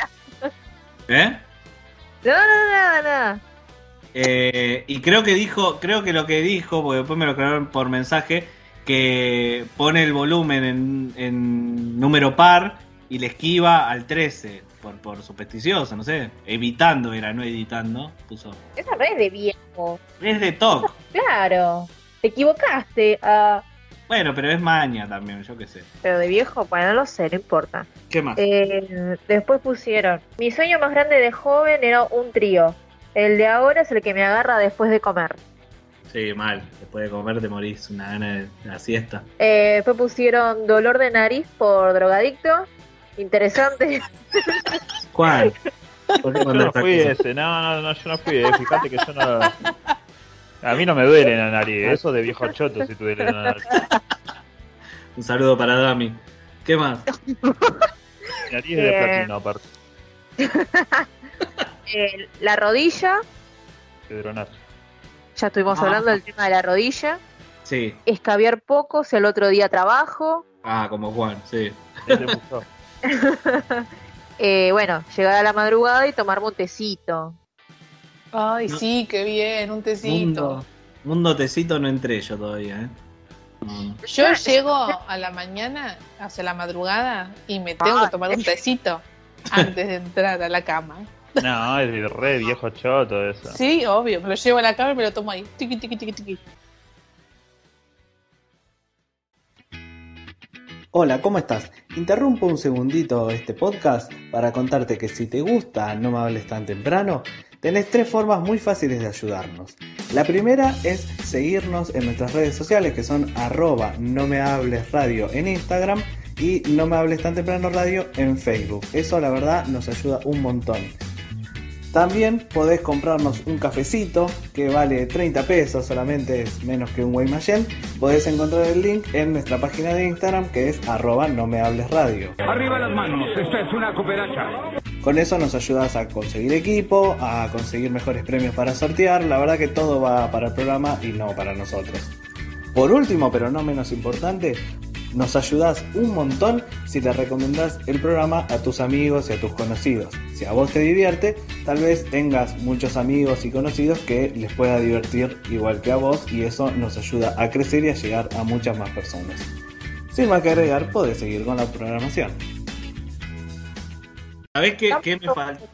Nada. Y creo que lo que dijo, porque después me lo aclararon por mensaje, que pone el volumen en número par y le esquiva al 13, por supersticioso, no sé, evitando era, no editando, puso. Esa no es de viejo. Es de TOC. Claro, te equivocaste. Bueno, pero es maña también, yo qué sé. Pero de viejo, bueno, no lo sé, no importa. ¿Qué más? Después pusieron, mi sueño más grande de joven era un trío. El de ahora es el que me agarra después de comer. Sí, mal. Después de comer te morís una gana de la siesta. Después pusieron dolor de nariz por drogadicto. Interesante. ¿Cuál? Yo no fui ese. No, yo no fui. Fíjate que yo no... A mí no me duele la nariz. Eso de viejo choto si te duele la nariz. Un saludo para Dami. ¿Qué más? Mi nariz es de platino aparte. La rodilla. Pedronazo. Ya estuvimos hablando del tema de la rodilla. Sí. Escabiar poco, si al otro día trabajo. Como Juan, sí. Bueno, llegar a la madrugada y tomarme un tecito. Ay, sí, qué bien, un tecito. Mundo tecito no entré yo todavía, Yo llego a la mañana, hacia la madrugada, y me tengo que tomar un tecito antes de entrar a la cama. No, es de re viejo choto eso. Sí, obvio, me lo llevo a la cama y me lo tomo ahí. Tiqui, tiqui, tiqui, tiqui. Hola, ¿cómo estás? Interrumpo un segundito este podcast para contarte que si te gusta No Me Hables Tan Temprano, tenés 3 formas muy fáciles de ayudarnos. La primera es seguirnos en nuestras redes sociales, que son @nomehablesradio en Instagram y No Me Hables Tan Temprano Radio en Facebook. Eso la verdad nos ayuda un montón. También podés comprarnos un cafecito que vale 30 pesos, solamente es menos que un Guaymallén. Podés encontrar el link en nuestra página de Instagram, que es @nomehablesradio. Arriba las manos, esta es una cooperacha. Con eso nos ayudas a conseguir equipo, a conseguir mejores premios para sortear. La verdad que todo va para el programa y no para nosotros. Por último, pero no menos importante, nos ayudás un montón si le recomendás el programa a tus amigos y a tus conocidos. Si a vos te divierte, tal vez tengas muchos amigos y conocidos que les pueda divertir igual que a vos, y eso nos ayuda a crecer y a llegar a muchas más personas. Sin más que agregar, podés seguir con la programación. ¿Sabés qué me faltó?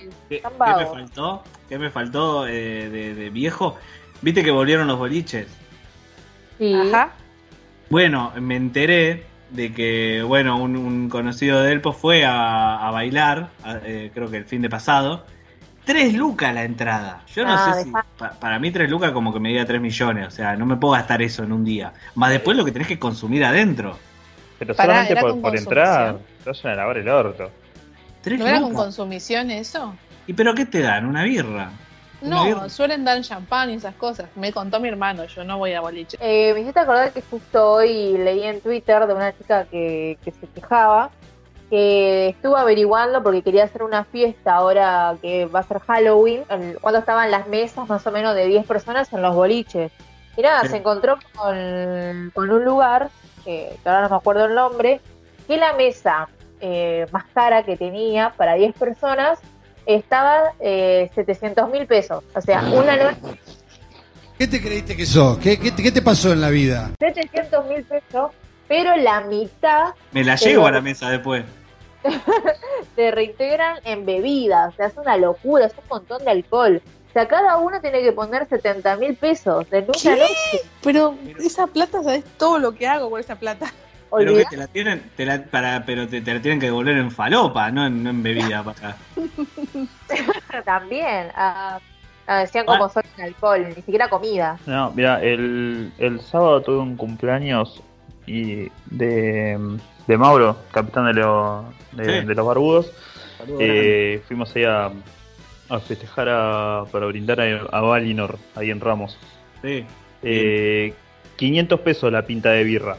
¿Qué me faltó de viejo? ¿Viste que volvieron los boliches? Sí. Ajá. Bueno, me enteré de que, bueno, un conocido de él pues fue a bailar, creo que el fin de pasado. 3 lucas la entrada. Yo no sé si... para mí 3 lucas como que me diga 3 millones. O sea, no me puedo gastar eso en un día. Más después lo que tenés que consumir adentro. Pero solamente por entrar, te vayan a lavar el orto. ¿No era con consumición eso? ¿Y pero qué te dan? ¿Una birra? No, suelen dar champán y esas cosas. Me contó mi hermano, yo no voy a boliche. Me hiciste acordar que justo hoy leí en Twitter de una chica que se quejaba, que estuvo averiguando porque quería hacer una fiesta ahora que va a ser Halloween, cuando estaban las mesas más o menos de 10 personas en los boliches. Y nada, Sí. se encontró con un lugar, que ahora no me acuerdo el nombre, que la mesa más cara que tenía para 10 personas estaba 700.000 pesos. O sea, una noche, ¿Qué te creíste que sos? ¿Qué te pasó en la vida? 700.000 pesos, pero la mitad Me la te llevo lo- a la mesa después. te reintegran en bebidas. O sea, es una locura, es un montón de alcohol. O sea, cada uno tiene que poner 70.000 pesos en una ¿Qué? noche. Pero esa plata, ¿sabes todo lo que hago con esa plata? Pero que te la tienen, pero te la tienen que devolver en falopa, no en bebida para acá. También. Decían como solo en alcohol, ni siquiera comida. No, mira, el sábado tuve un cumpleaños de Mauro, capitán de los barbudos. Saludos, fuimos ahí a festejar para brindar a Valinor, ahí en Ramos. Sí. 500 pesos la pinta de birra.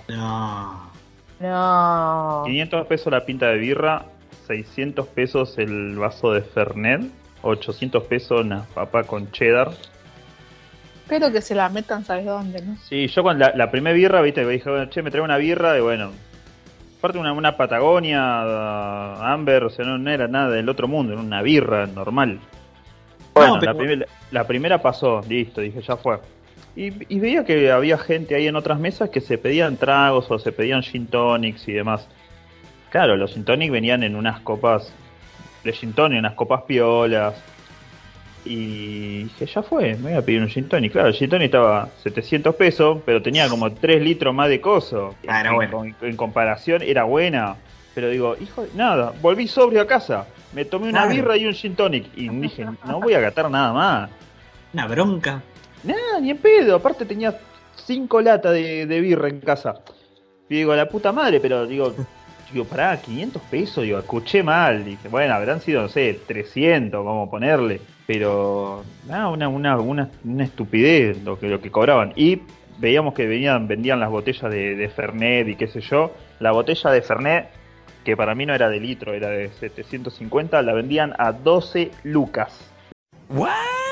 No. 500 pesos la pinta de birra, 600 pesos el vaso de Fernet, 800 pesos una papa con cheddar. Espero que se la metan, ¿sabes dónde, no? Sí, yo con la primera birra, viste, me dije, bueno, che, me traigo una birra, y bueno, aparte una Patagonia, Amber, o sea, no era nada del otro mundo, era una birra normal. Bueno, la primera pasó, listo, dije, ya fue. Y veía que había gente ahí en otras mesas que se pedían tragos o se pedían gin tonics y demás. Claro, los gin tonics venían en unas copas de gin tonic, unas copas piolas. Y dije, ya fue, me voy a pedir un gin tonic. Claro, el gin tonic estaba 700 pesos, pero tenía como 3 litros más de coso. En comparación era buena. Pero digo, hijo, nada, volví sobrio a casa. Me tomé una birra y un gin tonic. Y dije, no voy a gastar nada más. Una bronca. Nada, ni en pedo. Aparte tenía 5 latas de birra en casa. Y digo, la puta madre, pero digo, pará, 500 pesos. Digo, escuché mal. Dije, bueno, habrán sido, no sé, 300, vamos a ponerle. Pero, nada, una estupidez lo que cobraban. Y veíamos que vendían las botellas de Fernet y qué sé yo. La botella de Fernet, que para mí no era de litro, era de 750, la vendían a 12 lucas. ¿What?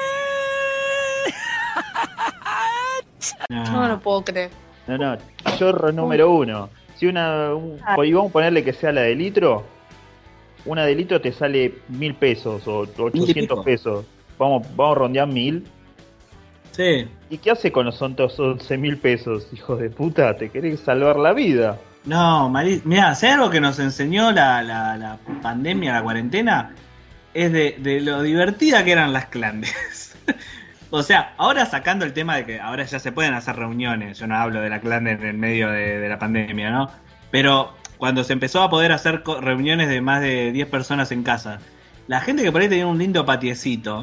No lo puedo creer. No, chorro número uno. Si vamos a ponerle que sea la de litro, una de litro te sale 1.000 pesos o 800 pesos. Vamos a rondear 1.000. Sí. ¿Y qué hace con los otros 11.000 pesos, hijo de puta? ¿Te querés salvar la vida? No, mirá, si hay algo que nos enseñó la pandemia, la cuarentena, es de lo divertida que eran las clandes. O sea, ahora sacando el tema de que ahora ya se pueden hacer reuniones, yo no hablo de la clande en el medio de la pandemia, ¿no? Pero cuando se empezó a poder hacer reuniones de más de 10 personas en casa, la gente que por ahí tenía un lindo patiecito,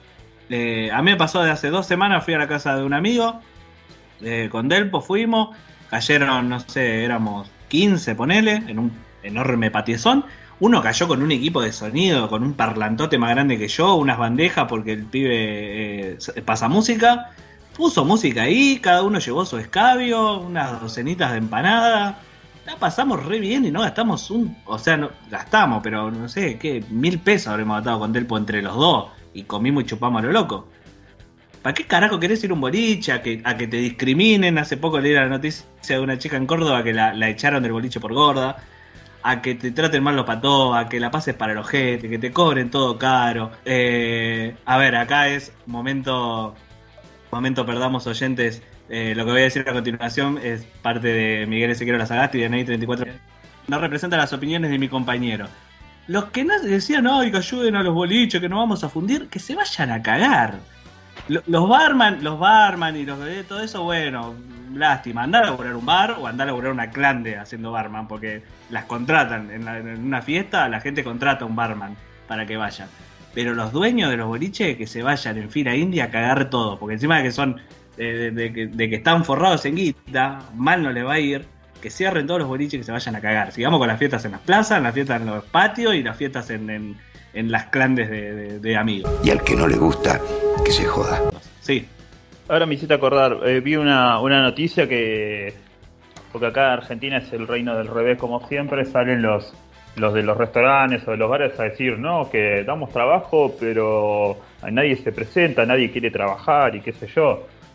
a mí me pasó de hace 2 semanas, fui a la casa de un amigo, con Delpo fuimos, cayeron, no sé, éramos 15, ponele, en un enorme patiezón. Uno cayó con un equipo de sonido, con un parlantote más grande que yo, unas bandejas porque el pibe pasa música. Puso música ahí, cada uno llevó su escabio, unas docenitas de empanada. La pasamos re bien y no gastamos no gastamos, pero no sé, ¿qué? 1.000 pesos habremos gastado con Delpo entre los dos. Y comimos y chupamos a lo loco. ¿Para qué carajo querés ir a un boliche a que te discriminen? Hace poco leí la noticia de una chica en Córdoba que la echaron del boliche por gorda. A que te traten mal los patos, a que la pases para el ojete, que te cobren todo caro. A ver, acá es momento perdamos oyentes. Lo que voy a decir a continuación es parte de Miguel Ezequiel Lazagasti de NI 34. No representa las opiniones de mi compañero. Los que no decían, ay, que ayuden a los boliches, que no vamos a fundir, que se vayan a cagar. Los barman y los bebés, todo eso, bueno, lástima. Andar a laburar un bar o andar a laburar una clande haciendo barman, porque las contratan. En una fiesta la gente contrata a un barman para que vayan. Pero los dueños de los boliches que se vayan en fila india a cagar todo, porque encima de que son de que están forrados en guita, mal no les va a ir. Que cierren todos los boliches y que se vayan a cagar. Sigamos con las fiestas en las plazas, las fiestas en los patios y las fiestas en las clandes de amigos. Y al que no le gusta, que se joda. Sí. Ahora me hiciste acordar, vi una noticia que... Porque acá Argentina es el reino del revés, como siempre, salen los de los restaurantes o de los bares a decir, no, que damos trabajo, pero nadie se presenta, nadie quiere trabajar y qué sé yo.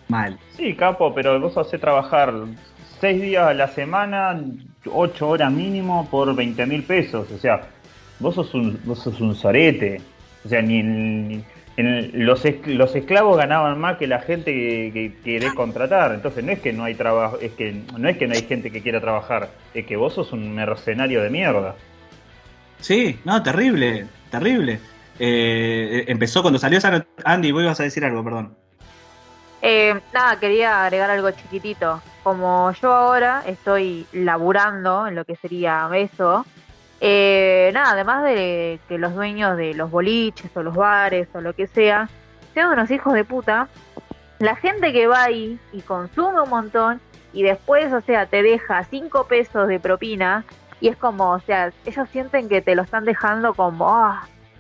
Mal. Sí, capo, pero vos hacés trabajar 6 días a la semana, 8 horas mínimo por 20.000 pesos. O sea, vos sos un sorete. O sea, los esclavos ganaban más que la gente que querés contratar. Entonces no es que no hay trabajo, no es que no hay gente que quiera trabajar, es que vos sos un mercenario de mierda. Sí, no, terrible. Empezó cuando salió esa Andy, vos ibas a decir algo, perdón. Nada, quería agregar algo chiquitito. Como yo ahora estoy laburando en lo que sería eso, nada, además de que los dueños de los boliches o los bares o lo que sea, sean unos hijos de puta, la gente que va ahí y consume un montón y después, o sea, te deja 5 pesos de propina y es como, o sea, ellos sienten que te lo están dejando como,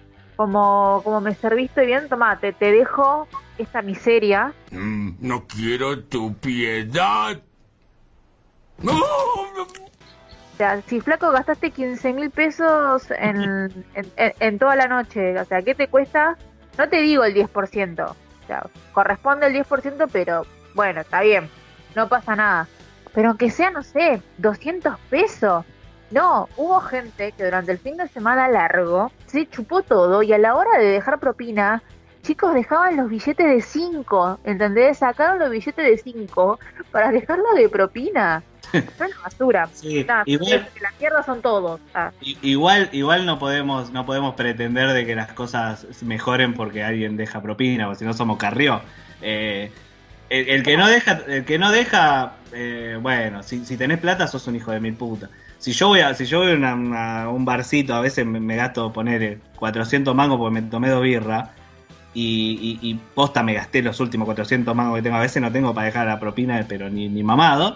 como me serviste bien, toma, te dejo esta miseria. No quiero tu piedad. ¡No! O sea, si flaco gastaste 15.000 pesos en toda la noche, o sea, ¿qué te cuesta? No te digo el 10%, o sea, corresponde el 10%, pero bueno, está bien, no pasa nada. Pero aunque sea, no sé, 200 pesos. No, hubo gente que durante el fin de semana largo se chupó todo y a la hora de dejar propina, chicos, dejaban los billetes de 5, ¿entendés? Sacaron los billetes de 5 para dejarlo de propina. Es una basura. Sí, Nada, igual, que la mierda son todos. igual no podemos pretender de que las cosas mejoren porque alguien deja propina, porque si no somos Carrió. El que no deja, bueno, si tenés plata sos un hijo de mil puta. Si yo voy a un barcito, a veces me gasto poner 400 mangos porque me tomé 2 birras y posta me gasté los últimos 400 mangos que tengo. A veces no tengo para dejar la propina, pero ni mamado.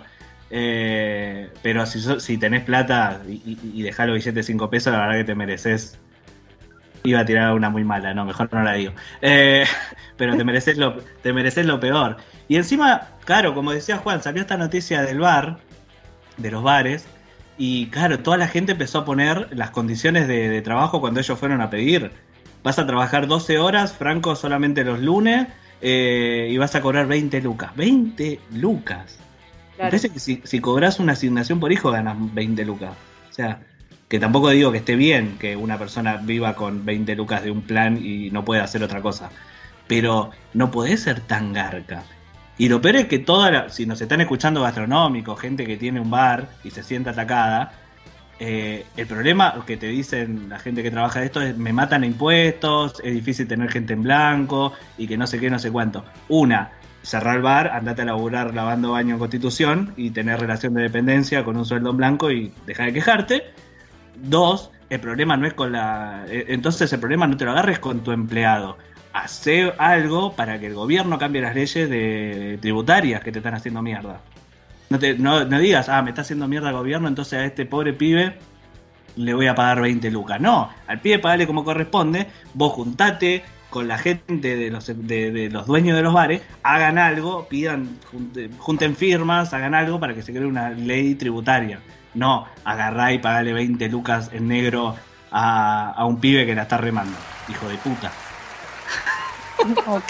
Pero si tenés plata y dejás los billetes de 5 pesos, la verdad que te mereces. Iba a tirar una muy mala, no, mejor no la digo. Pero te mereces lo peor. Y encima, claro, como decía Juan, salió esta noticia del bar, de los bares, y claro, toda la gente empezó a poner las condiciones de trabajo cuando ellos fueron a pedir. Vas a trabajar 12 horas, franco, solamente los lunes, y vas a cobrar 20 lucas. ¡20 lucas! Claro. Parece que si cobras una asignación por hijo ganas 20 lucas. O sea, que tampoco digo que esté bien que una persona viva con 20 lucas de un plan y no pueda hacer otra cosa. Pero no podés ser tan garca. Y lo peor es que si nos están escuchando gastronómicos, gente que tiene un bar y se siente atacada, el problema que te dicen la gente que trabaja de esto es: me matan a impuestos, es difícil tener gente en blanco y que no sé qué, no sé cuánto. Cerrar el bar, andate a laburar lavando baño en Constitución y tener relación de dependencia con un sueldo en blanco y dejar de quejarte. 2, el problema no es con entonces el problema no te lo agarres con tu empleado. Hacé algo para que el gobierno cambie las leyes tributarias que te están haciendo mierda. No digas, me está haciendo mierda el gobierno, entonces a este pobre pibe le voy a pagar 20 lucas. No, al pibe pagale como corresponde, vos juntate con la gente de los dueños de los bares, hagan algo, junten firmas, hagan algo para que se cree una ley tributaria. No, agarrá y pagale 20 lucas en negro a un pibe que la está remando. Hijo de puta. Ok.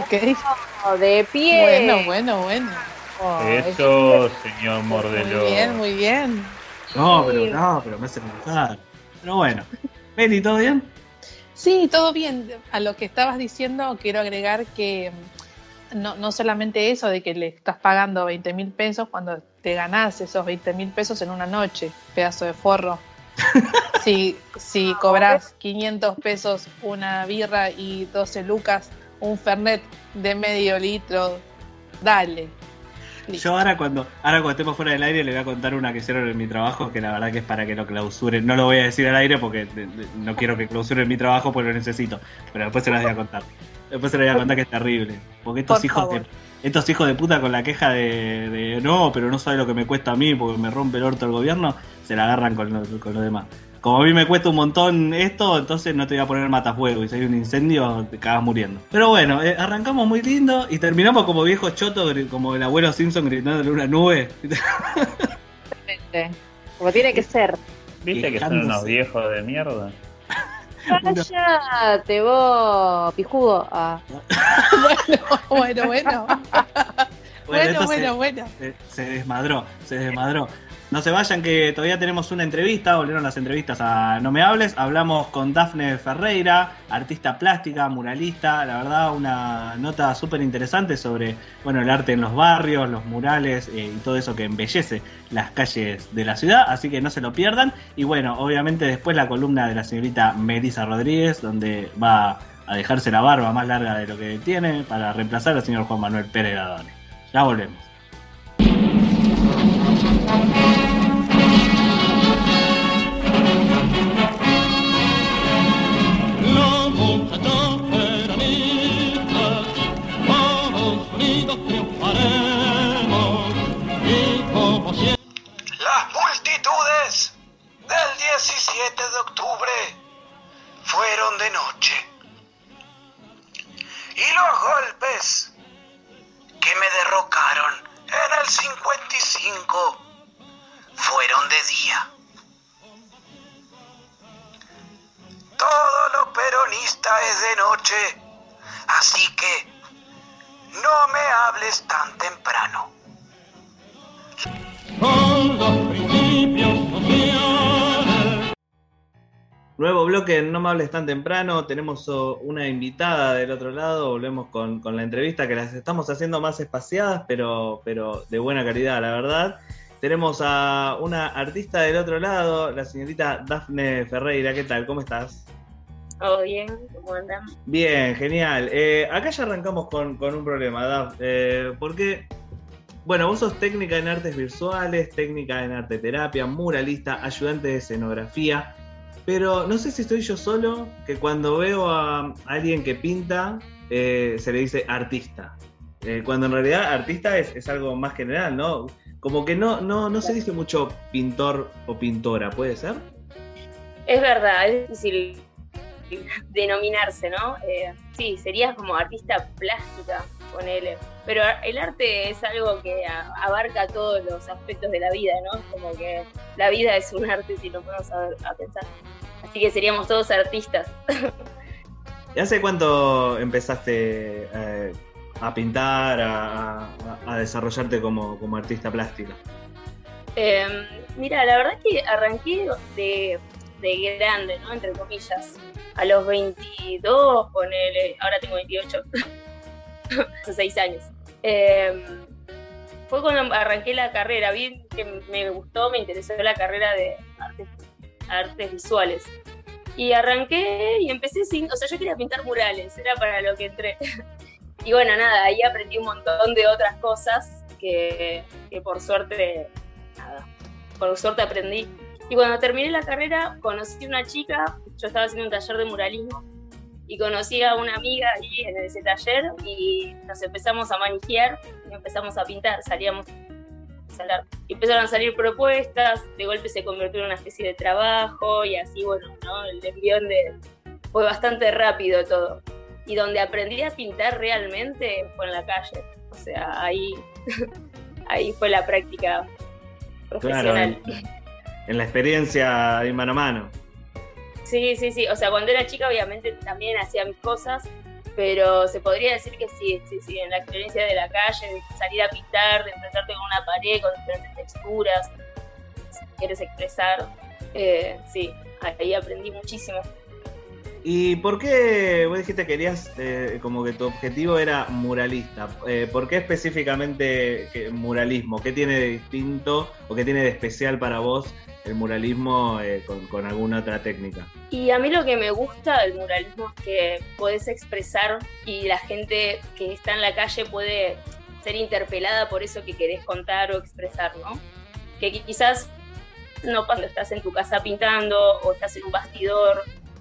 De pie. Bueno. Eso, señor Mordeló. Muy bien. No, pero me hace enojar. Pero bueno. Meli, ¿todo bien? Sí, todo bien. A lo que estabas diciendo, quiero agregar que no solamente eso de que le estás pagando 20.000 pesos cuando te ganás esos 20.000 pesos en una noche, pedazo de forro. Si cobras 500 pesos una birra y 12 lucas un Fernet de medio litro, dale. Listo. Yo ahora cuando estemos fuera del aire le voy a contar una que hicieron en mi trabajo, que la verdad que es para que lo clausuren. No lo voy a decir al aire porque no quiero que clausuren mi trabajo porque lo necesito, pero después se las voy a contar. Después se les voy a contar que es terrible. Porque estos hijos de puta con la queja de no, pero no sabe lo que me cuesta a mí porque me rompe el orto el gobierno, se la agarran con lo demás. Como a mí me cuesta un montón esto, entonces no te voy a poner matafuego. Y si hay un incendio, te cagas muriendo. Pero bueno, arrancamos muy lindo y terminamos como viejos chotos, como el abuelo Simpson gritándole una nube. Como tiene que ser. ¿Viste que son unos viejos de mierda? Cállate vos, pijudo. Bueno. Bueno. Se desmadró. No se vayan que todavía tenemos una entrevista, volvieron las entrevistas a No Me Hables. Hablamos con Dafne Ferreira, artista plástica, muralista. La verdad, una nota súper interesante sobre el arte en los barrios, los murales y todo eso que embellece las calles de la ciudad. Así que no se lo pierdan. Y bueno, obviamente después la columna de la señorita Melissa Rodríguez, donde va a dejarse la barba más larga de lo que tiene para reemplazar al señor Juan Manuel Pérez Gadone. Ya volvemos. Las multitudes del 17 de octubre fueron de noche. Y los golpes que me derrocaron en el 55 fueron de día. Todo lo peronista es de noche, así que no me hables tan temprano. Con los principios sociales. Nuevo bloque en No Me Hables Tan Temprano. Tenemos una invitada del otro lado. Volvemos con la entrevista que las estamos haciendo más espaciadas, pero de buena calidad, la verdad. Tenemos a una artista del otro lado, la señorita Dafne Ferreira. ¿Qué tal? ¿Cómo estás? ¿Todo bien? ¿Cómo andan? Bien, genial. Acá ya arrancamos con un problema, Daf. Porque, vos sos técnica en artes visuales, técnica en arte terapia, muralista, ayudante de escenografía. Pero no sé si estoy yo solo, que cuando veo a alguien que pinta, se le dice artista. Cuando en realidad artista es algo más general, ¿no? Como que no se dice mucho pintor o pintora, ¿puede ser? Es verdad, es difícil denominarse, ¿no? Sí, serías como artista plástica, ponele. Pero el arte es algo que abarca todos los aspectos de la vida, ¿no? Como que la vida es un arte si lo ponemos a pensar. Así que seríamos todos artistas. ¿Y hace cuánto empezaste a pintar, a desarrollarte como artista plástica? Mira, la verdad es que arranqué de grande, ¿no? Entre comillas. A los 22, ponele, ahora tengo 28, hace 6 años. Fue cuando arranqué la carrera, vi que me gustó, me interesó la carrera de artes visuales. Y arranqué y empecé yo quería pintar murales, era para lo que entré. Y bueno, nada, ahí aprendí un montón de otras cosas que por suerte aprendí. Y cuando terminé la carrera, conocí a una chica, yo estaba haciendo un taller de muralismo, y conocí a una amiga ahí en ese taller, y nos empezamos a manijear, y empezamos a pintar, salíamos a hablar. Y empezaron a salir propuestas, de golpe se convirtió en una especie de trabajo, y así, ¿no? El envión fue bastante rápido todo. Y donde aprendí a pintar realmente fue en la calle, o sea, ahí fue la práctica profesional. Claro, en la experiencia de mano a mano. Sí, o sea, cuando era chica obviamente también hacía mis cosas, pero se podría decir que sí, en la experiencia de la calle, de salir a pintar, de enfrentarte con una pared, con diferentes texturas, si quieres expresar, sí, ahí aprendí muchísimo. ¿Y por qué vos dijiste que querías, como que tu objetivo era muralista? ¿Por qué específicamente muralismo? ¿Qué tiene de distinto o qué tiene de especial para vos el muralismo con alguna otra técnica? Y a mí lo que me gusta del muralismo es que podés expresar y la gente que está en la calle puede ser interpelada por eso que querés contar o expresar, ¿no? Que quizás no cuando estás en tu casa pintando o estás en un bastidor,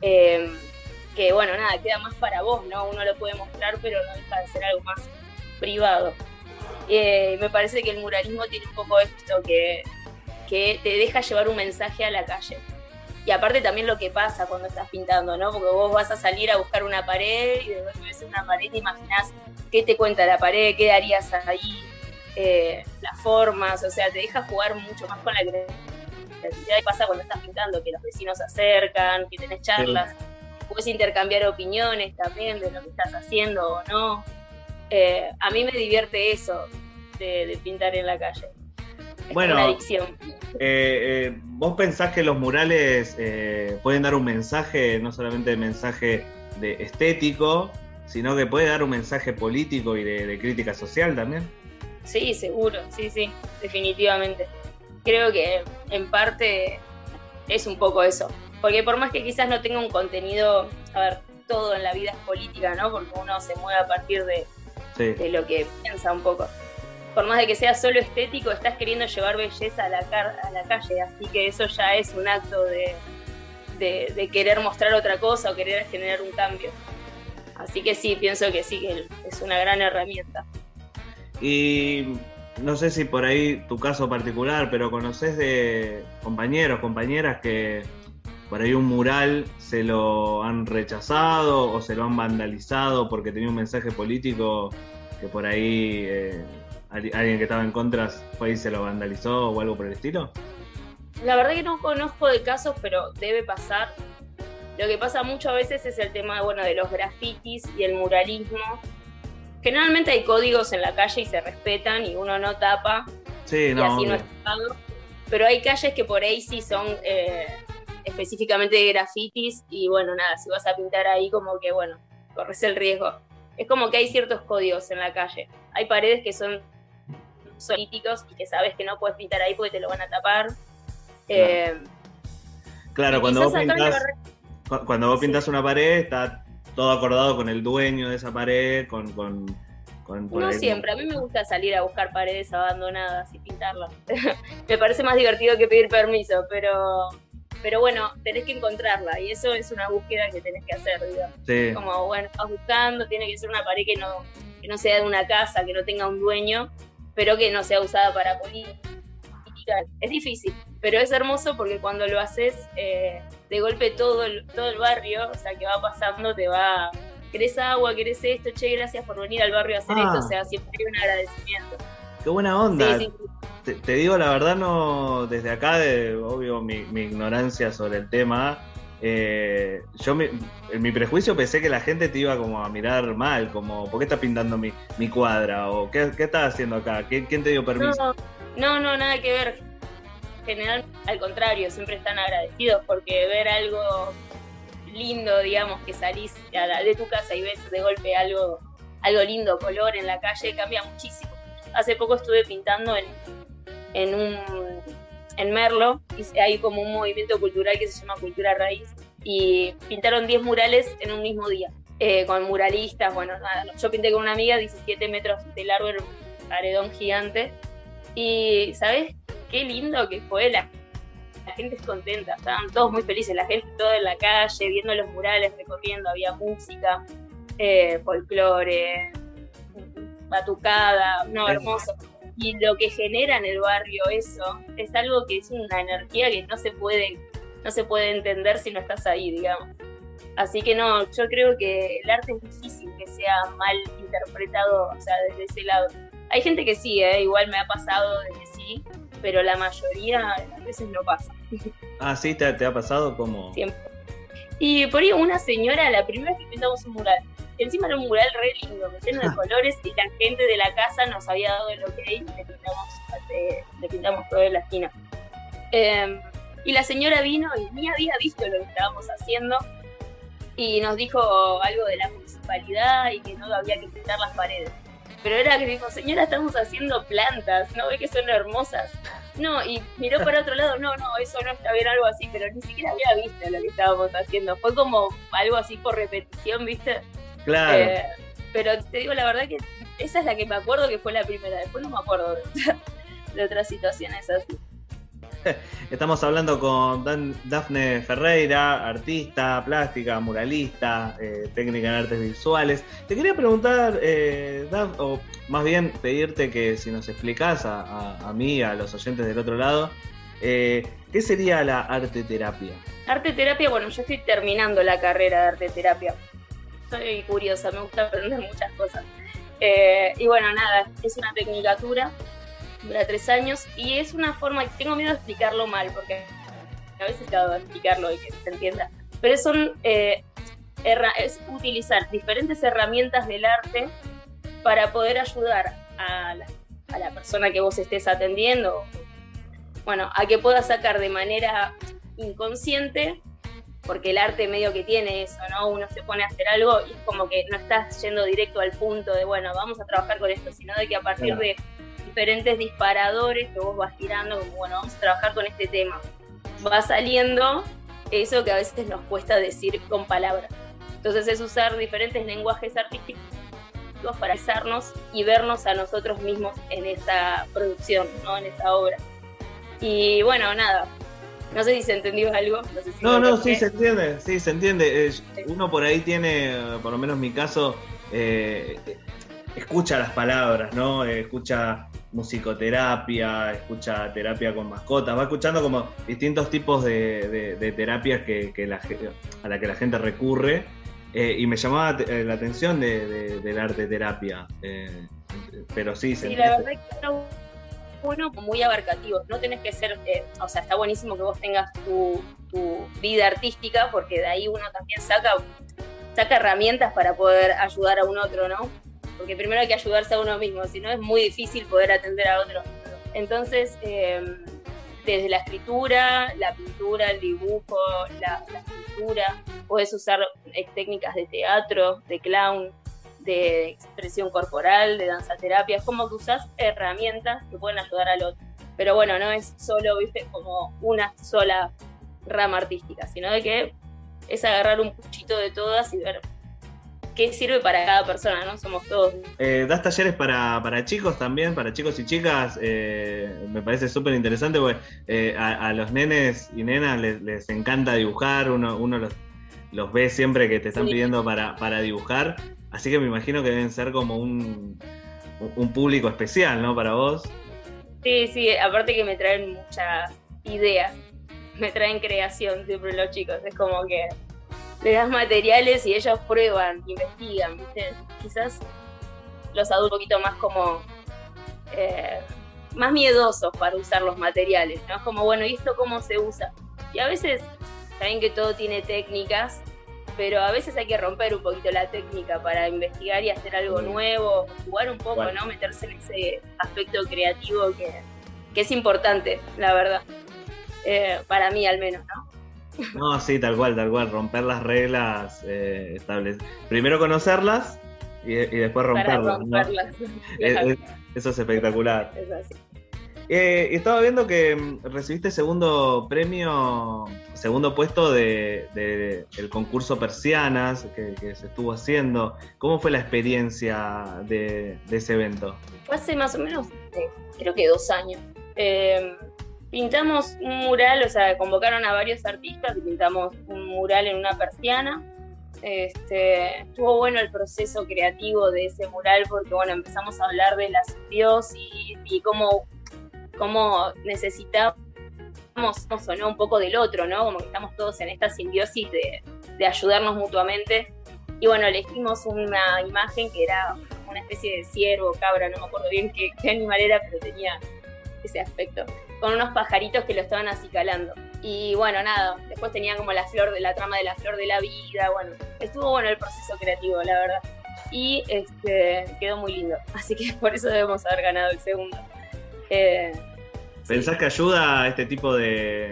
que bueno, nada, queda más para vos, ¿no? Uno lo puede mostrar, pero no deja de ser algo más privado. Me parece que el muralismo tiene un poco esto, que te deja llevar un mensaje a la calle. Y aparte también lo que pasa cuando estás pintando, ¿no? Porque vos vas a salir a buscar una pared y de repente ves una pared, te imaginás qué te cuenta la pared, qué darías ahí, las formas, o sea, te deja jugar mucho más con la creatividad. Y pasa cuando estás pintando, que los vecinos se acercan, que tenés charlas. Sí. Puedes intercambiar opiniones también de lo que estás haciendo o no. A mí me divierte eso. de pintar en la calle. Es bueno, una adicción. ¿Vos pensás que los murales pueden dar un mensaje, no solamente mensaje de estético, sino que puede dar un mensaje político y de crítica social también? Sí, seguro, sí, definitivamente. Creo que en parte es un poco eso. Porque por más que quizás no tenga un contenido, a ver, todo en la vida es política, ¿no? Porque uno se mueve a partir de lo que piensa un poco. Por más de que sea solo estético, estás queriendo llevar belleza a la calle, así que eso ya es un acto de querer mostrar otra cosa o querer generar un cambio. Así que sí, pienso que sí, que es una gran herramienta. Y no sé si por ahí tu caso particular, pero ¿conocés de compañeros, compañeras que por ahí un mural se lo han rechazado o se lo han vandalizado porque tenía un mensaje político que por ahí alguien que estaba en contra fue y se lo vandalizó o algo por el estilo? La verdad que no conozco de casos, pero debe pasar. Lo que pasa mucho a veces es el tema, de los grafitis y el muralismo. Generalmente hay códigos en la calle y se respetan y uno no tapa, y así no es tapado. Pero hay calles que por ahí sí son específicamente de grafitis y si vas a pintar ahí como que corres el riesgo. Es como que hay ciertos códigos en la calle. Hay paredes que son políticos y que sabes que no puedes pintar ahí porque te lo van a tapar. Claro, cuando vos pintas una pared está todo acordado con el dueño de esa pared, no siempre, a mí me gusta salir a buscar paredes abandonadas y pintarlas. Me parece más divertido que pedir permiso, pero tenés que encontrarla y eso es una búsqueda que tenés que hacer, digamos. Sí. Como, vas buscando, tiene que ser una pared que no sea de una casa, que no tenga un dueño, pero que no sea usada para política. Es difícil, pero es hermoso porque cuando lo haces, de golpe todo el barrio, que va pasando, querés agua, querés esto, che, gracias por venir al barrio a hacer esto, siempre hay un agradecimiento. Qué buena onda. Sí. Te digo la verdad, no desde acá, obvio mi ignorancia sobre el tema, yo en mi prejuicio pensé que la gente te iba como a mirar mal, como ¿por qué estás pintando mi cuadra? O ¿qué estás haciendo acá? ¿Quién te dio permiso? No, nada que ver. En general, al contrario, siempre están agradecidos porque ver algo lindo, digamos, que salís de tu casa y ves de golpe algo lindo, color en la calle, cambia muchísimo. Hace poco estuve pintando en Merlo, y hay como un movimiento cultural que se llama Cultura Raíz, y pintaron 10 murales en un mismo día, con muralistas, yo pinté con una amiga 17 metros de largo, era un paredón gigante, y ¿sabés qué lindo que fue? La gente es contenta, estaban todos muy felices, la gente toda en la calle, viendo los murales, recorriendo, había música, folclore, batucada, hermoso. Y lo que genera en el barrio eso es algo que es una energía que no se puede entender si no estás ahí, digamos. Así que yo creo que el arte es difícil que sea mal interpretado, desde ese lado. Hay gente que sí, igual me ha pasado de que sí, pero la mayoría a veces no pasa. Ah, sí, ¿te ha pasado? ¿Cómo? Siempre. Y por ahí una señora, la primera vez que pintamos un mural, encima era un mural re lindo, lleno de colores, y la gente de la casa nos había dado el ok y le pintamos todo en la esquina. Y la señora vino y ni había visto lo que estábamos haciendo y nos dijo algo de la municipalidad y que no había que pintar las paredes. Pero era que dijo, señora, estamos haciendo plantas, ¿no ve que son hermosas? No, y miró para otro lado, no, eso no está bien, algo así, pero ni siquiera había visto lo que estábamos haciendo. Fue como algo así por repetición, ¿viste? Claro. Pero te digo la verdad que esa es la que me acuerdo que fue la primera, después no me acuerdo de otras situaciones así. Estamos hablando con Dafne Ferreira, artista, plástica, muralista, técnica en artes visuales. Te quería preguntar, Daf, o más bien pedirte que si nos explicás a mí, a los oyentes del otro lado, ¿qué sería la arteterapia? Arteterapia, yo estoy terminando la carrera de arteterapia. Soy curiosa, me gusta aprender muchas cosas. Y nada, es una tecnicatura, dura 3 años y es una forma, tengo miedo de explicarlo mal porque a veces trato de explicarlo y que se entienda, pero es utilizar diferentes herramientas del arte para poder ayudar a a la persona que vos estés atendiendo, bueno, a que pueda sacar de manera inconsciente, porque el arte medio que tiene eso, ¿no? Uno se pone a hacer algo y es como que no estás yendo directo al punto de, bueno, vamos a trabajar con esto, sino de que a partir de diferentes disparadores que vos vas tirando, como, bueno, vamos a trabajar con este tema, va saliendo eso que a veces nos cuesta decir con palabras. Entonces es usar diferentes lenguajes artísticos para expresarnos y vernos a nosotros mismos en esa producción, ¿no? En esa obra. Y bueno, nada, no sé si se entendió algo. No, sí se entiende. Uno por ahí tiene, por lo menos en mi caso, escucha las palabras, ¿no? Escucha musicoterapia, escucha terapia con mascotas, va escuchando como distintos tipos de terapias a la que la gente recurre. Y me llamaba la atención del arte terapia, pero sí. La verdad es que está bueno, muy abarcativo, no tenés que ser, o sea, está buenísimo que vos tengas tu vida artística, porque de ahí uno también saca herramientas para poder ayudar a un otro, ¿no? Porque primero hay que ayudarse a uno mismo, si no es muy difícil poder atender a otro. Entonces, desde la escritura, la pintura, el dibujo, la escultura, puedes usar técnicas de teatro, de clown, de expresión corporal, de danzaterapia. Es como que usas herramientas que pueden ayudar al otro. Pero bueno, no es solo, viste, como una sola rama artística, sino de que es agarrar un puchito de todas y ver qué sirve para cada persona, ¿no? Somos todos. Das talleres para chicos también, para chicos y chicas. Me parece súper interesante porque a los nenes y nenas les encanta dibujar. Uno los ve siempre que te están pidiendo para dibujar. Así que me imagino que deben ser como un público especial, ¿no? Para vos. Sí, aparte que me traen muchas ideas. Me traen creación siempre los chicos. Es como que le das materiales y ellos prueban, investigan, ¿viste? Quizás los adultos un poquito más como más miedosos para usar los materiales, ¿no? Es como, bueno, ¿y esto cómo se usa? Y a veces, saben que todo tiene técnicas, pero a veces hay que romper un poquito la técnica para investigar y hacer algo nuevo, jugar un poco, ¿no? Meterse en ese aspecto creativo que es importante, la verdad. Para mí al menos, ¿no? No, sí, tal cual, romper las reglas estables. Primero conocerlas y después romperlas, ¿no? Claro. Eso es espectacular. Es así. Estaba viendo que recibiste segundo puesto de el concurso Persianas que se estuvo haciendo. ¿Cómo fue la experiencia de ese evento? Fue hace más o menos, creo que 2 años. Pintamos un mural, o sea, convocaron a varios artistas y pintamos un mural en una persiana. Estuvo bueno el proceso creativo de ese mural porque, bueno, empezamos a hablar de la simbiosis y cómo necesitamos o no un poco del otro, ¿no? Como que estamos todos en esta simbiosis de ayudarnos mutuamente. Y bueno, elegimos una imagen que era una especie de ciervo, cabra, no me acuerdo bien qué animal era, pero tenía ese aspecto, con unos pajaritos que lo estaban acicalando. Y bueno, nada, después tenía como la trama de la flor de la vida. Bueno, estuvo bueno el proceso creativo, la verdad. Y quedó muy lindo, así que por eso debemos haber ganado el segundo. ¿Pensás que ayuda este tipo de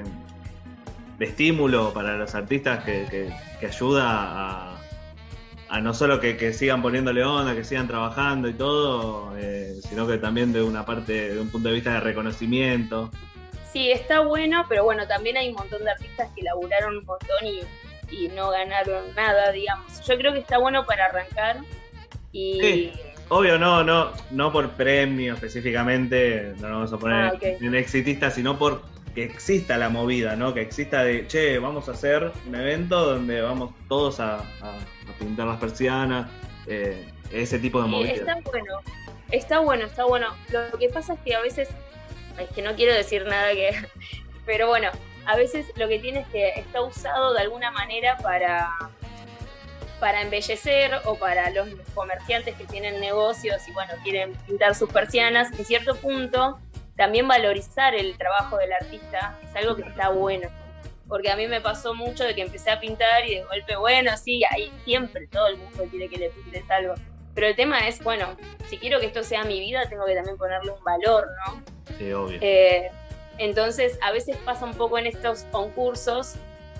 estímulo para los artistas que ayuda a no solo que sigan poniéndole onda, que sigan trabajando y todo, sino que también de una parte, de un punto de vista de reconocimiento? Sí, está bueno, pero bueno, también hay un montón de artistas que laburaron un montón y no ganaron nada, digamos. Yo creo que está bueno para arrancar y... Sí. Obvio, no por premio específicamente, no nos vamos a poner en exitista, sino por que exista la movida, ¿no? Que exista de, vamos a hacer un evento donde vamos todos a pintar las persianas, ese tipo de movida. Está bueno. Lo que pasa es que a veces, es que no quiero decir nada pero bueno, a veces lo que tiene es que está usado de alguna manera para embellecer o para los comerciantes que tienen negocios y bueno, quieren pintar sus persianas. En cierto punto, también valorizar el trabajo del artista es algo que está bueno. Porque a mí me pasó mucho de que empecé a pintar y de golpe, bueno, sí, ahí siempre todo el mundo quiere que le pintes algo. Pero el tema es, bueno, si quiero que esto sea mi vida, tengo que también ponerle un valor, ¿no? Sí, obvio. Entonces, a veces pasa un poco en estos concursos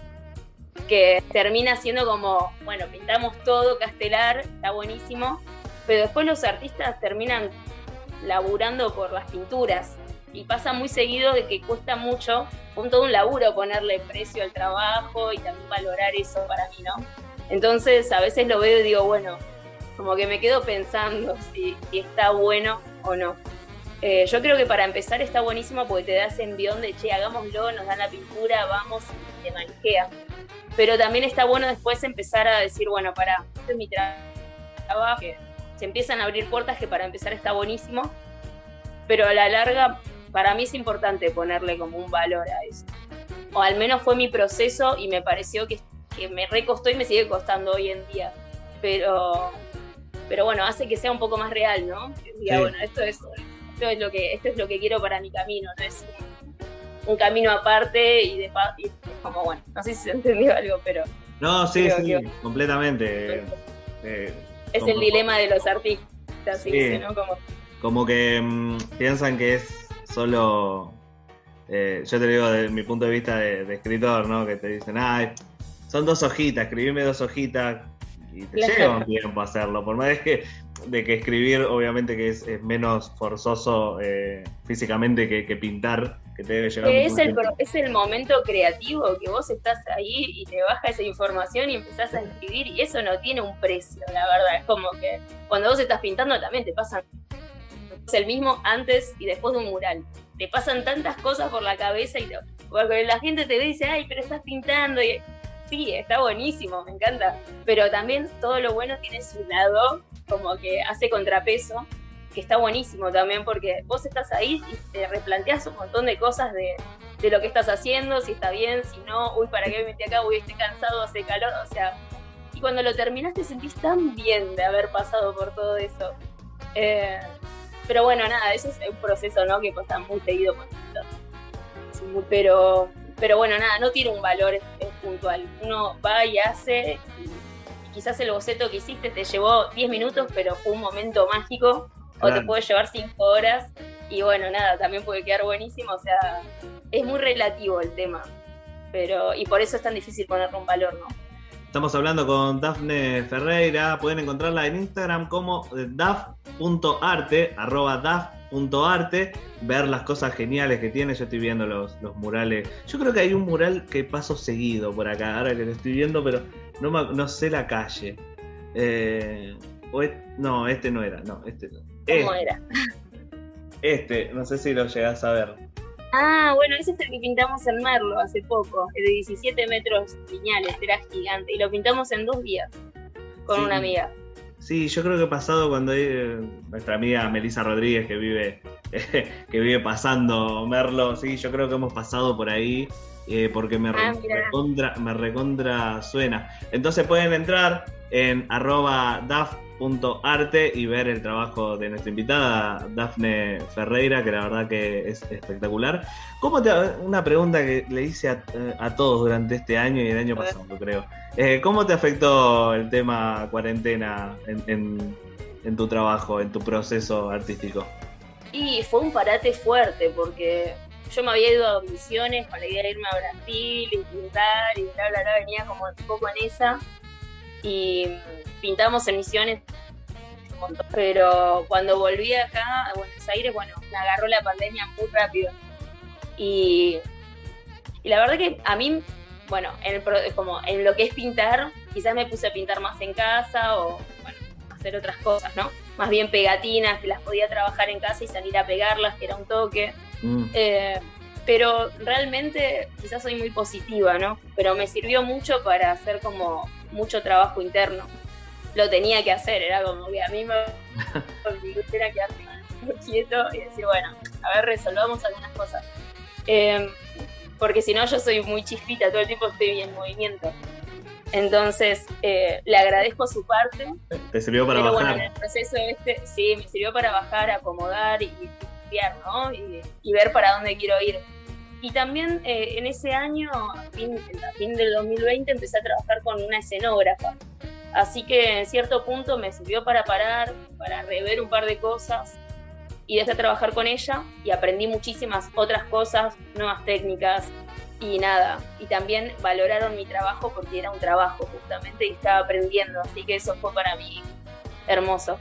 que termina siendo como, bueno, pintamos todo, castelar, está buenísimo, pero después los artistas terminan laburando por las pinturas. Y pasa muy seguido de que cuesta mucho, con todo un laburo, ponerle precio al trabajo y también valorar eso para mí, ¿no? Entonces a veces lo veo y digo, bueno, como que me quedo pensando si está bueno o no. Yo creo que para empezar está buenísimo porque te das envión de, che, hagámoslo, nos dan la pintura, vamos, y te manijea. Pero también está bueno después empezar a decir, bueno, este es mi trabajo, que se empiezan a abrir puertas que para empezar está buenísimo, pero a la larga para mí es importante ponerle como un valor a eso. O al menos fue mi proceso y me pareció que me recostó y me sigue costando hoy en día. Pero bueno, hace que sea un poco más real, ¿no? Que diga, bueno, esto es lo que quiero para mi camino, no es un camino aparte y como, bueno, no sé si se entendió algo, pero... No, sí, completamente. Es el dilema de los artistas, sí. ¿No? Como que piensan que es solo, yo te digo desde mi punto de vista de escritor, ¿no? Que te dicen, son 2 hojitas, escribime 2 hojitas y te lleva un tiempo hacerlo, por más de que escribir obviamente que es menos forzoso físicamente que pintar, que te debe llevar es el momento creativo que vos estás ahí y te baja esa información y empezás a escribir y eso no tiene un precio, la verdad. Es como que cuando vos estás pintando también te pasan el mismo antes y después de un mural. Te pasan tantas cosas por la cabeza y porque la gente te ve y dice, ay, pero estás pintando. Y sí, está buenísimo, me encanta. Pero también todo lo bueno tiene su lado, como que hace contrapeso, que está buenísimo también porque vos estás ahí y te replanteás un montón de cosas de lo que estás haciendo, si está bien, si no, uy, ¿para qué me metí acá? Uy, estoy cansado, hace calor, o sea, y cuando lo terminás te sentís tan bien de haber pasado por todo eso. Pero bueno, nada, eso es un proceso, ¿no? Que pasa muy seguido. Pero bueno, nada, no tiene un valor puntual. Uno va y hace, y quizás el boceto que hiciste te llevó 10 minutos, pero fue un momento mágico, o te puede llevar 5 horas, y bueno, nada, también puede quedar buenísimo, o sea, es muy relativo el tema, y por eso es tan difícil ponerle un valor, ¿no? Estamos hablando con Dafne Ferreira, pueden encontrarla en Instagram como daf.arte, @daf.arte, ver las cosas geniales que tiene. Yo estoy viendo los murales. Yo creo que hay un mural que paso seguido por acá, ahora que lo estoy viendo, pero no sé la calle. No, este no era, no, este no. ¿Cómo era? No sé si lo llegás a ver. Bueno, ese es el que pintamos en Merlo hace poco, el de 17 metros lineales, era gigante, y lo pintamos en 2 días con una amiga. Sí, yo creo que he pasado cuando nuestra amiga Melissa Rodríguez que vive pasando Merlo, sí, yo creo que hemos pasado por ahí porque me recontra suena. Entonces pueden entrar en @daf.arte y ver el trabajo de nuestra invitada Dafne Ferreira, que la verdad que es espectacular. Una pregunta que le hice a todos durante este año y el año pasado, creo. ¿Cómo te afectó el tema cuarentena en tu trabajo, en tu proceso artístico? Y fue un parate fuerte porque yo me había ido a Misiones con la idea de irme a Brasil y pintar y bla, bla, bla, venía como un poco en esa. Y pintamos en Misiones un montón. Pero cuando volví acá a Buenos Aires, bueno, me agarró la pandemia muy rápido. Y la verdad que a mí, bueno, como en lo que es pintar, quizás me puse a pintar más en casa o, bueno, hacer otras cosas, ¿no? Más bien pegatinas, que las podía trabajar en casa y salir a pegarlas, que era un toque. Pero realmente quizás soy muy positiva, ¿no? Pero me sirvió mucho para hacer como mucho trabajo interno. Lo tenía que hacer, era como que a mí me era quedarme quieto y decir, bueno, a ver, resolvamos algunas cosas. Porque si no, yo soy muy chispita, todo el tiempo estoy en movimiento. Entonces, le agradezco su parte. ¿Te sirvió para bajar? Bueno, en el proceso sí, me sirvió para bajar, acomodar y estudiar, ¿no? Y ver para dónde quiero ir. Y también en ese año, a fin del 2020, empecé a trabajar con una escenógrafa. Así que en cierto punto me sirvió para parar, para rever un par de cosas y después trabajar con ella, y aprendí muchísimas otras cosas, nuevas técnicas y nada. Y también valoraron mi trabajo porque era un trabajo justamente y estaba aprendiendo, así que eso fue para mí hermoso.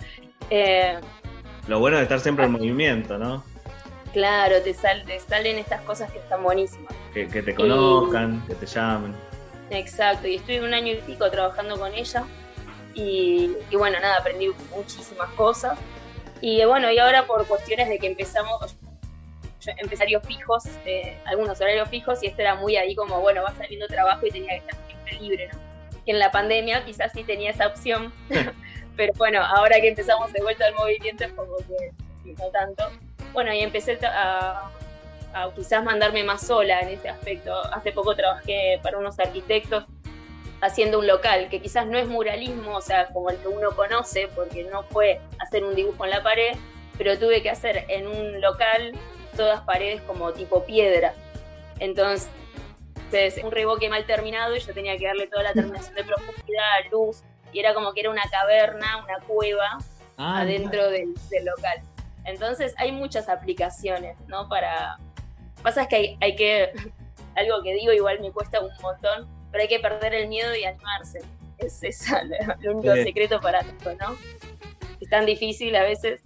Lo bueno de estar siempre en movimiento, ¿no? Claro, te salen estas cosas que están buenísimas. Que te conozcan, que te llamen. Exacto, y estuve 1 año y pico trabajando con ella y bueno, nada, aprendí muchísimas cosas. Y bueno, y ahora por cuestiones de que empecé horarios fijos, algunos horarios fijos, y esto era muy ahí como, bueno, va saliendo trabajo y tenía que estar siempre libre, ¿no? Que en la pandemia quizás sí tenía esa opción, pero bueno, ahora que empezamos de vuelta al movimiento es como que no tanto. Bueno, y empecé a quizás mandarme más sola en ese aspecto. Hace poco trabajé para unos arquitectos haciendo un local, que quizás no es muralismo, o sea, como el que uno conoce, porque no fue hacer un dibujo en la pared, pero tuve que hacer en un local todas paredes como tipo piedra. Entonces, un revoque mal terminado y yo tenía que darle toda la terminación de profundidad, luz, y era como que era una caverna, una cueva adentro del local. Entonces hay muchas aplicaciones, ¿no? Pasa es que hay que, algo que digo igual me cuesta un montón, pero hay que perder el miedo y animarse. Es el único secreto para esto, ¿no? Es tan difícil a veces.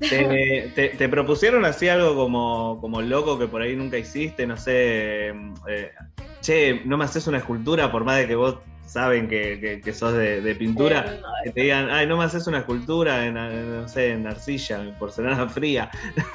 ¿Te propusieron así algo como loco que por ahí nunca hiciste? No sé, che, ¿no me haces una escultura por más de que vos saben que sos de pintura? Que te digan, ay, no me haces una escultura no sé, en arcilla, en porcelana fría.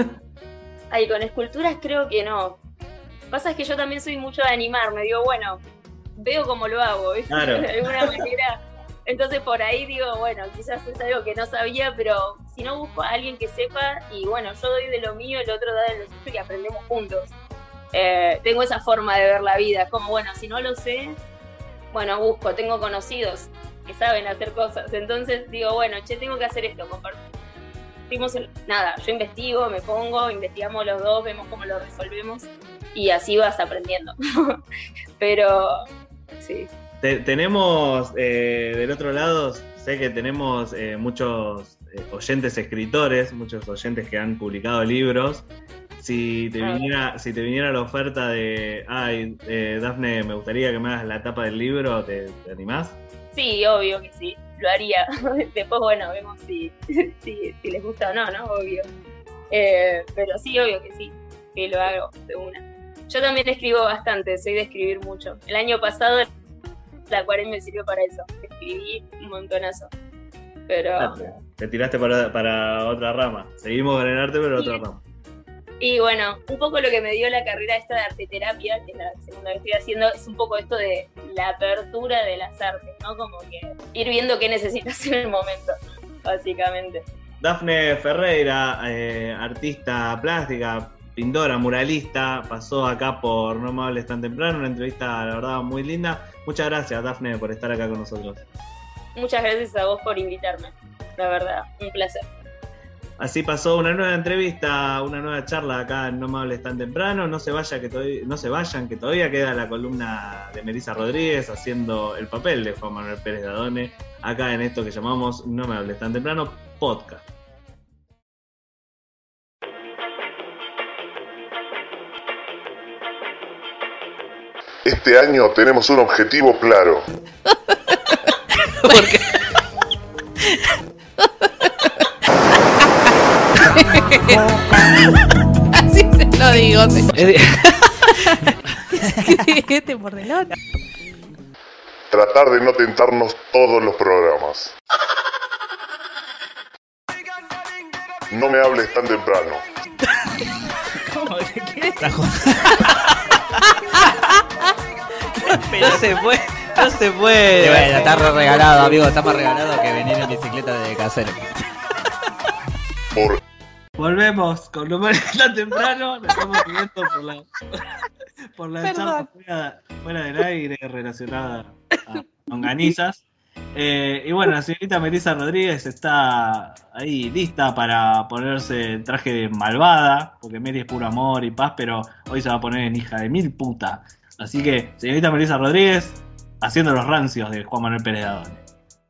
Ay, con esculturas creo que no. Pasa es que yo también soy mucho de animarme, digo, bueno, veo cómo lo hago, ¿viste? Claro. De alguna manera. Entonces por ahí digo, bueno, quizás es algo que no sabía, pero si no busco a alguien que sepa, y bueno, yo doy de lo mío, el otro da de lo suyo y aprendemos juntos. Tengo esa forma de ver la vida, como bueno, si no lo sé, bueno, busco, tengo conocidos que saben hacer cosas, entonces digo, bueno, che, tengo que hacer esto, compartimos nada, yo investigo, me pongo, investigamos los dos, vemos cómo lo resolvemos, y así vas aprendiendo. Pero, sí. Tenemos del otro lado, sé que tenemos muchos oyentes escritores, muchos oyentes que han publicado libros. Si te viniera la oferta de, Dafne, me gustaría que me hagas la tapa del libro, ¿te animás? Sí, obvio que sí, lo haría. Después, bueno, vemos si les gusta o no, ¿no? Obvio. Pero sí, obvio que sí, que lo hago de una. Yo también escribo bastante, soy de escribir mucho. El año pasado la acuarela me sirvió para eso, escribí un montonazo. Pero... Te tiraste para otra rama. Seguimos con el arte, pero otra rama. Y bueno, un poco lo que me dio la carrera esta de arteterapia, que es la segunda que estoy haciendo, es un poco esto de la apertura de las artes, ¿no? Como que ir viendo qué necesitas en el momento, básicamente. Dafne Ferreira, artista plástica, pintora, muralista, pasó acá por No me hables tan temprano, una entrevista, la verdad, muy linda. Muchas gracias, Dafne, por estar acá con nosotros. Muchas gracias a vos por invitarme, la verdad, un placer. Así pasó una nueva entrevista, una nueva charla acá en No me hables tan temprano. No se vayan, que todavía queda la columna de Melissa Rodríguez haciendo el papel de Juan Manuel Pérez Dadone, acá en esto que llamamos No me hables tan temprano podcast. Este año tenemos un objetivo claro. ¿Por qué? Así se lo digo. Este mordelón. Tratar de no tentarnos todos los programas. No me hables tan temprano. ¿Cómo? ¿Qué? No se puede. Bueno, está regalado, amigo. Está más regalado que venir en bicicleta de casero. Volvemos con No me hables tan temprano. Nos estamos viendo por la charla fuera del aire relacionada a longanizas. Y bueno, la señorita Melissa Rodríguez está ahí lista para ponerse el traje de malvada, porque Meli es puro amor y paz, pero hoy se va a poner en hija de mil puta. Así que, señorita Melissa Rodríguez, haciendo los rancios de Juan Manuel Pérez Dadone.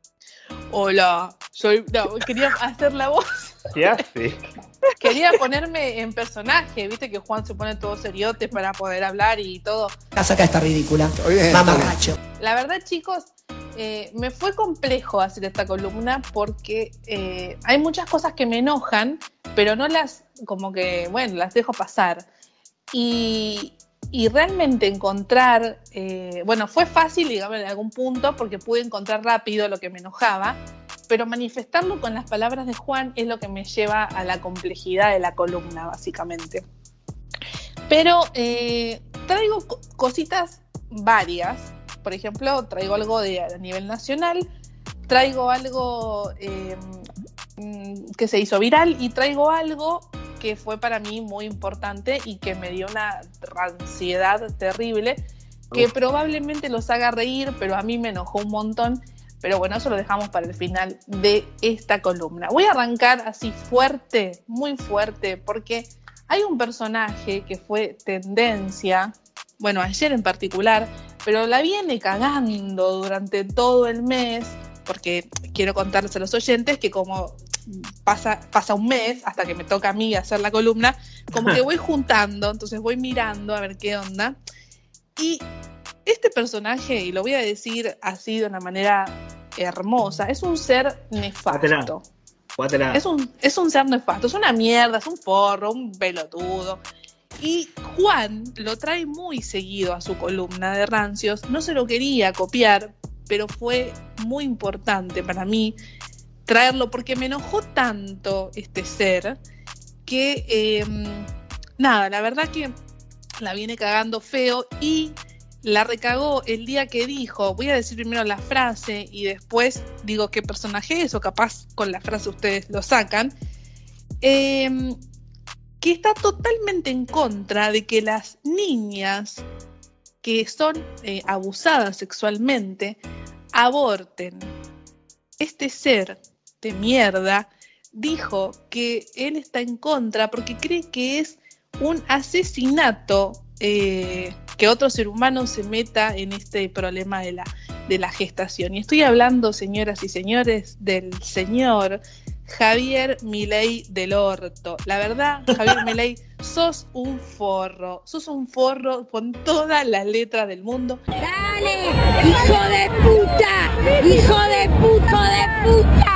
hola, quería hacer la voz. ¿Qué hace? Quería ponerme en personaje, viste que Juan se pone todo seriote para poder hablar y todo. Saca esta ridícula. Mamarracho. La verdad, chicos, me fue complejo hacer esta columna porque hay muchas cosas que me enojan, pero no las, como que, bueno, las dejo pasar. Y realmente encontrar, fue fácil, digamos, en algún punto, porque pude encontrar rápido lo que me enojaba, pero manifestarlo con las palabras de Juan es lo que me lleva a la complejidad de la columna, básicamente. Pero traigo cositas varias. Por ejemplo, traigo algo a nivel nacional, traigo algo que se hizo viral y traigo algo que fue para mí muy importante y que me dio una ansiedad terrible, que probablemente los haga reír, pero a mí me enojó un montón. Pero bueno, eso lo dejamos para el final de esta columna. Voy a arrancar así fuerte, muy fuerte, porque hay un personaje que fue tendencia, bueno, ayer en particular, pero la viene cagando durante todo el mes, porque quiero contarles a los oyentes que como pasa un mes hasta que me toca a mí hacer la columna, como que voy juntando, entonces voy mirando a ver qué onda. Y este personaje, y lo voy a decir así de una manera hermosa, es un ser nefasto. Es un ser nefasto, es una mierda, es un porro, un pelotudo. Y Juan lo trae muy seguido a su columna de rancios. No se lo quería copiar, pero fue muy importante para mí traerlo porque me enojó tanto este ser que, la verdad que la viene cagando feo y la recagó el día que dijo, voy a decir primero la frase y después digo qué personaje es, o capaz con la frase ustedes lo sacan, que está totalmente en contra de que las niñas que son abusadas sexualmente aborten. Este ser de mierda dijo que él está en contra porque cree que es un asesinato que otro ser humano se meta en este problema de la gestación. Y estoy hablando, señoras y señores, del señor Javier Milei del orto. La verdad, Javier Milei, sos un forro con todas las letras del mundo. ¡Dale, hijo de puta! ¡Hijo de puta!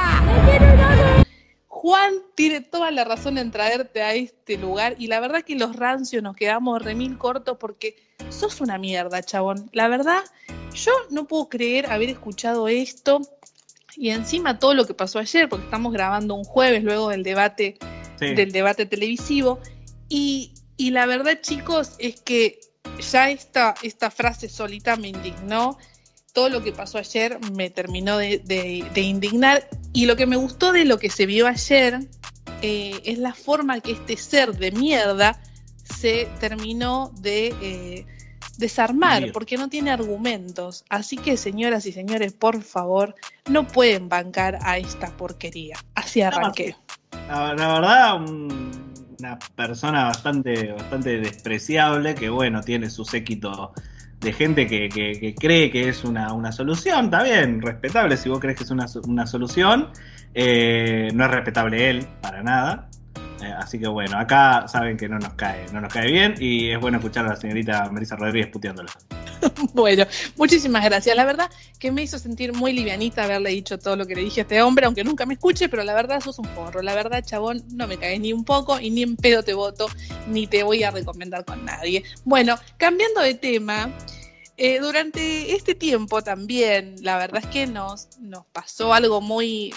Juan tiene toda la razón en traerte a este lugar y la verdad que los rancios nos quedamos remil cortos porque sos una mierda, chabón. La verdad, yo no puedo creer haber escuchado esto y encima todo lo que pasó ayer, porque estamos grabando un jueves luego del debate televisivo y la verdad, chicos, es que ya esta frase solita me indignó. Todo lo que pasó ayer me terminó de indignar y lo que me gustó de lo que se vio ayer es la forma que este ser de mierda se terminó de desarmar, porque no tiene argumentos. Así que, señoras y señores, por favor, no pueden bancar a esta porquería. Así arranqué. La verdad, una persona bastante despreciable que, bueno, tiene su séquito de gente que cree que es una solución. Está bien, respetable si vos crees que es una solución. No es respetable él, para nada. Así que bueno, acá saben que no nos cae bien y es bueno escuchar a la señorita Melissa Rodríguez puteándolo. Bueno, muchísimas gracias. La verdad que me hizo sentir muy livianita haberle dicho todo lo que le dije a este hombre, aunque nunca me escuche, pero la verdad sos un forro. La verdad, chabón, no me caes ni un poco y ni en pedo te voto, ni te voy a recomendar con nadie. Bueno, cambiando de tema, durante este tiempo también, la verdad es que nos pasó algo muy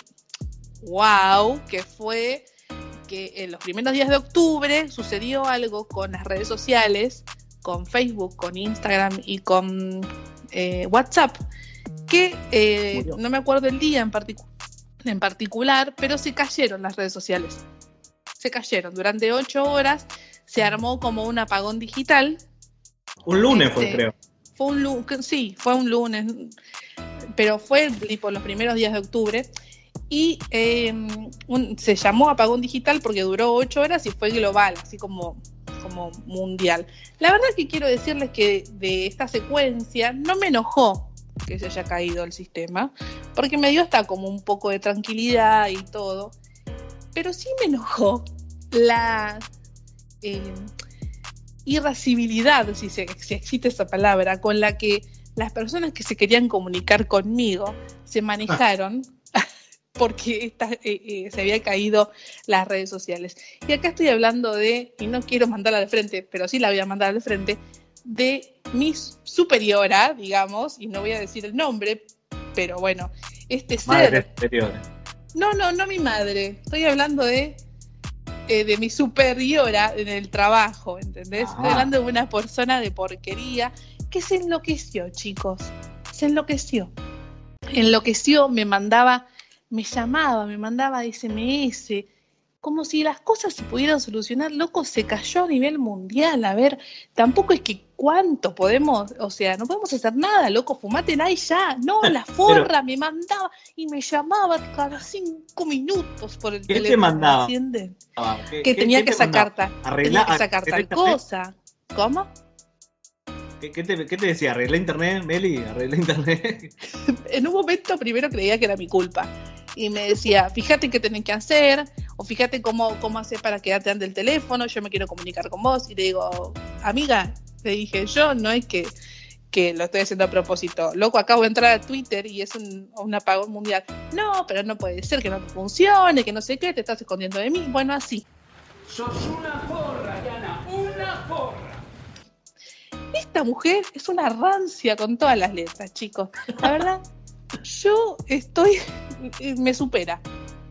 wow, que fue que en los primeros días de octubre sucedió algo con las redes sociales, con Facebook, con Instagram y con WhatsApp, que no me acuerdo el día en particular, pero se cayeron las redes sociales. Se cayeron. Durante 8 horas se armó como un apagón digital. Un lunes fue, creo. Fue un lunes, pero fue tipo los primeros días de octubre. Y se llamó apagón digital porque duró 8 horas y fue global, así como mundial. La verdad que quiero decirles que de esta secuencia no me enojó que se haya caído el sistema, porque me dio hasta como un poco de tranquilidad y todo, pero sí me enojó la irascibilidad, si existe esa palabra, con la que las personas que se querían comunicar conmigo se manejaron porque se había caído las redes sociales. Y acá estoy hablando de, y no quiero mandarla al frente, pero sí la voy a mandar al frente, de mi superiora, digamos, y no voy a decir el nombre, pero bueno, Madre superiora. No mi madre, estoy hablando de mi superiora en el trabajo, ¿entendés? Estoy hablando de una persona de porquería que se enloqueció, chicos, se enloqueció, me llamaba, me mandaba SMS, como si las cosas se pudieran solucionar. Loco, se cayó a nivel mundial. A ver, tampoco es que cuánto podemos, o sea, no podemos hacer nada, loco, fumátela y ya. No, la forra me mandaba y me llamaba cada 5 minutos por el teléfono. ¿Qué te mandaba? ¿Entienden? Que tenía que sacar tal cosa. ¿Cómo? ¿Qué te decía? ¿Arreglé internet, Meli? ¿Arreglé internet? En un momento primero creía que era mi culpa. Y me decía, fíjate qué tenés que hacer, o fíjate cómo hacer para quedarte ante el teléfono, yo me quiero comunicar con vos. Y le digo, amiga, le dije, yo no es que lo estoy haciendo a propósito. Loco, acabo de entrar a Twitter y es un apagón mundial. No, pero no puede ser que no te funcione, que no sé qué, te estás escondiendo de mí. Bueno, así. Sos una porra, Yana, una porra. Esta mujer es una rancia con todas las letras, chicos. La verdad, me supera.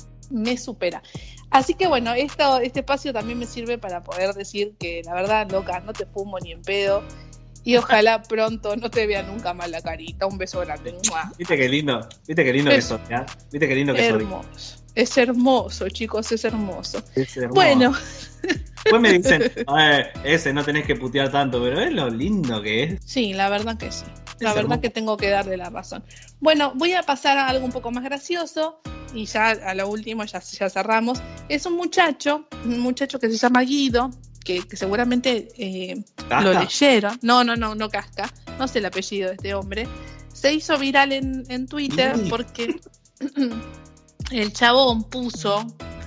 Así que bueno, este espacio también me sirve para poder decir que la verdad, loca, no te fumo ni en pedo. Y ojalá pronto no te vea nunca más la carita. Un beso grande. ¡Mua! ¿Viste qué lindo que sos, ya? ¿Viste qué lindo que sos? Hermoso. Es hermoso, chicos, es hermoso. Bueno. Después me dicen, ese no tenés que putear tanto, pero es lo lindo que es. Sí, la verdad que sí. La verdad que tengo que darle la razón. Bueno, voy a pasar a algo un poco más gracioso y ya a lo último ya cerramos. Es un muchacho que se llama Guido, que seguramente lo leyeron. No Casca, no sé el apellido de este hombre. Se hizo viral en Twitter porque el chabón puso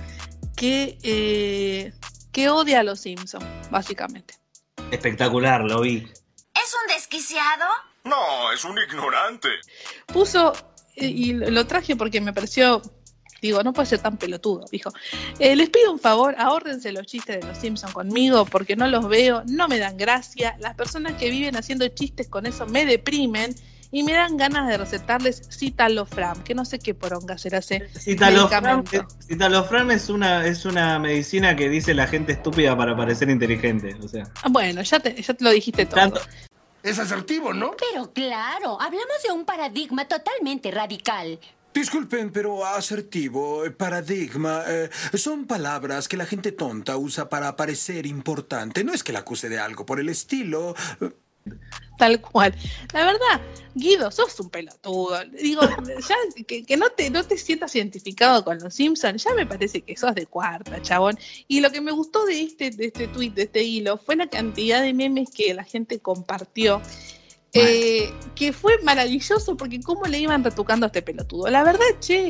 que odia a los Simpsons, básicamente. Espectacular, lo vi. ¿Es un desquiciado? No, es un ignorante. Puso, y lo traje porque me pareció, digo, no puede ser tan pelotudo, dijo, les pido un favor, ahórrense los chistes de los Simpsons conmigo porque no los veo, no me dan gracia, las personas que viven haciendo chistes con eso me deprimen y me dan ganas de recetarles citalofram, que no sé qué poronga será ese Citalofram es una medicina que dice la gente estúpida para parecer inteligente, o sea. Bueno, ya te lo dijiste todo. Es asertivo, ¿no? Pero claro, hablamos de un paradigma totalmente radical. Disculpen, pero asertivo, paradigma, son palabras que la gente tonta usa para parecer importante. No es que la acuse de algo por el estilo. Tal cual. La verdad, Guido, sos un pelotudo. Digo, ya que no te sientas identificado con los Simpsons, ya me parece que sos de cuarta, chabón. Y lo que me gustó de este tweet, de este hilo, fue la cantidad de memes que la gente compartió. Que fue maravilloso porque cómo le iban retocando a este pelotudo. La verdad,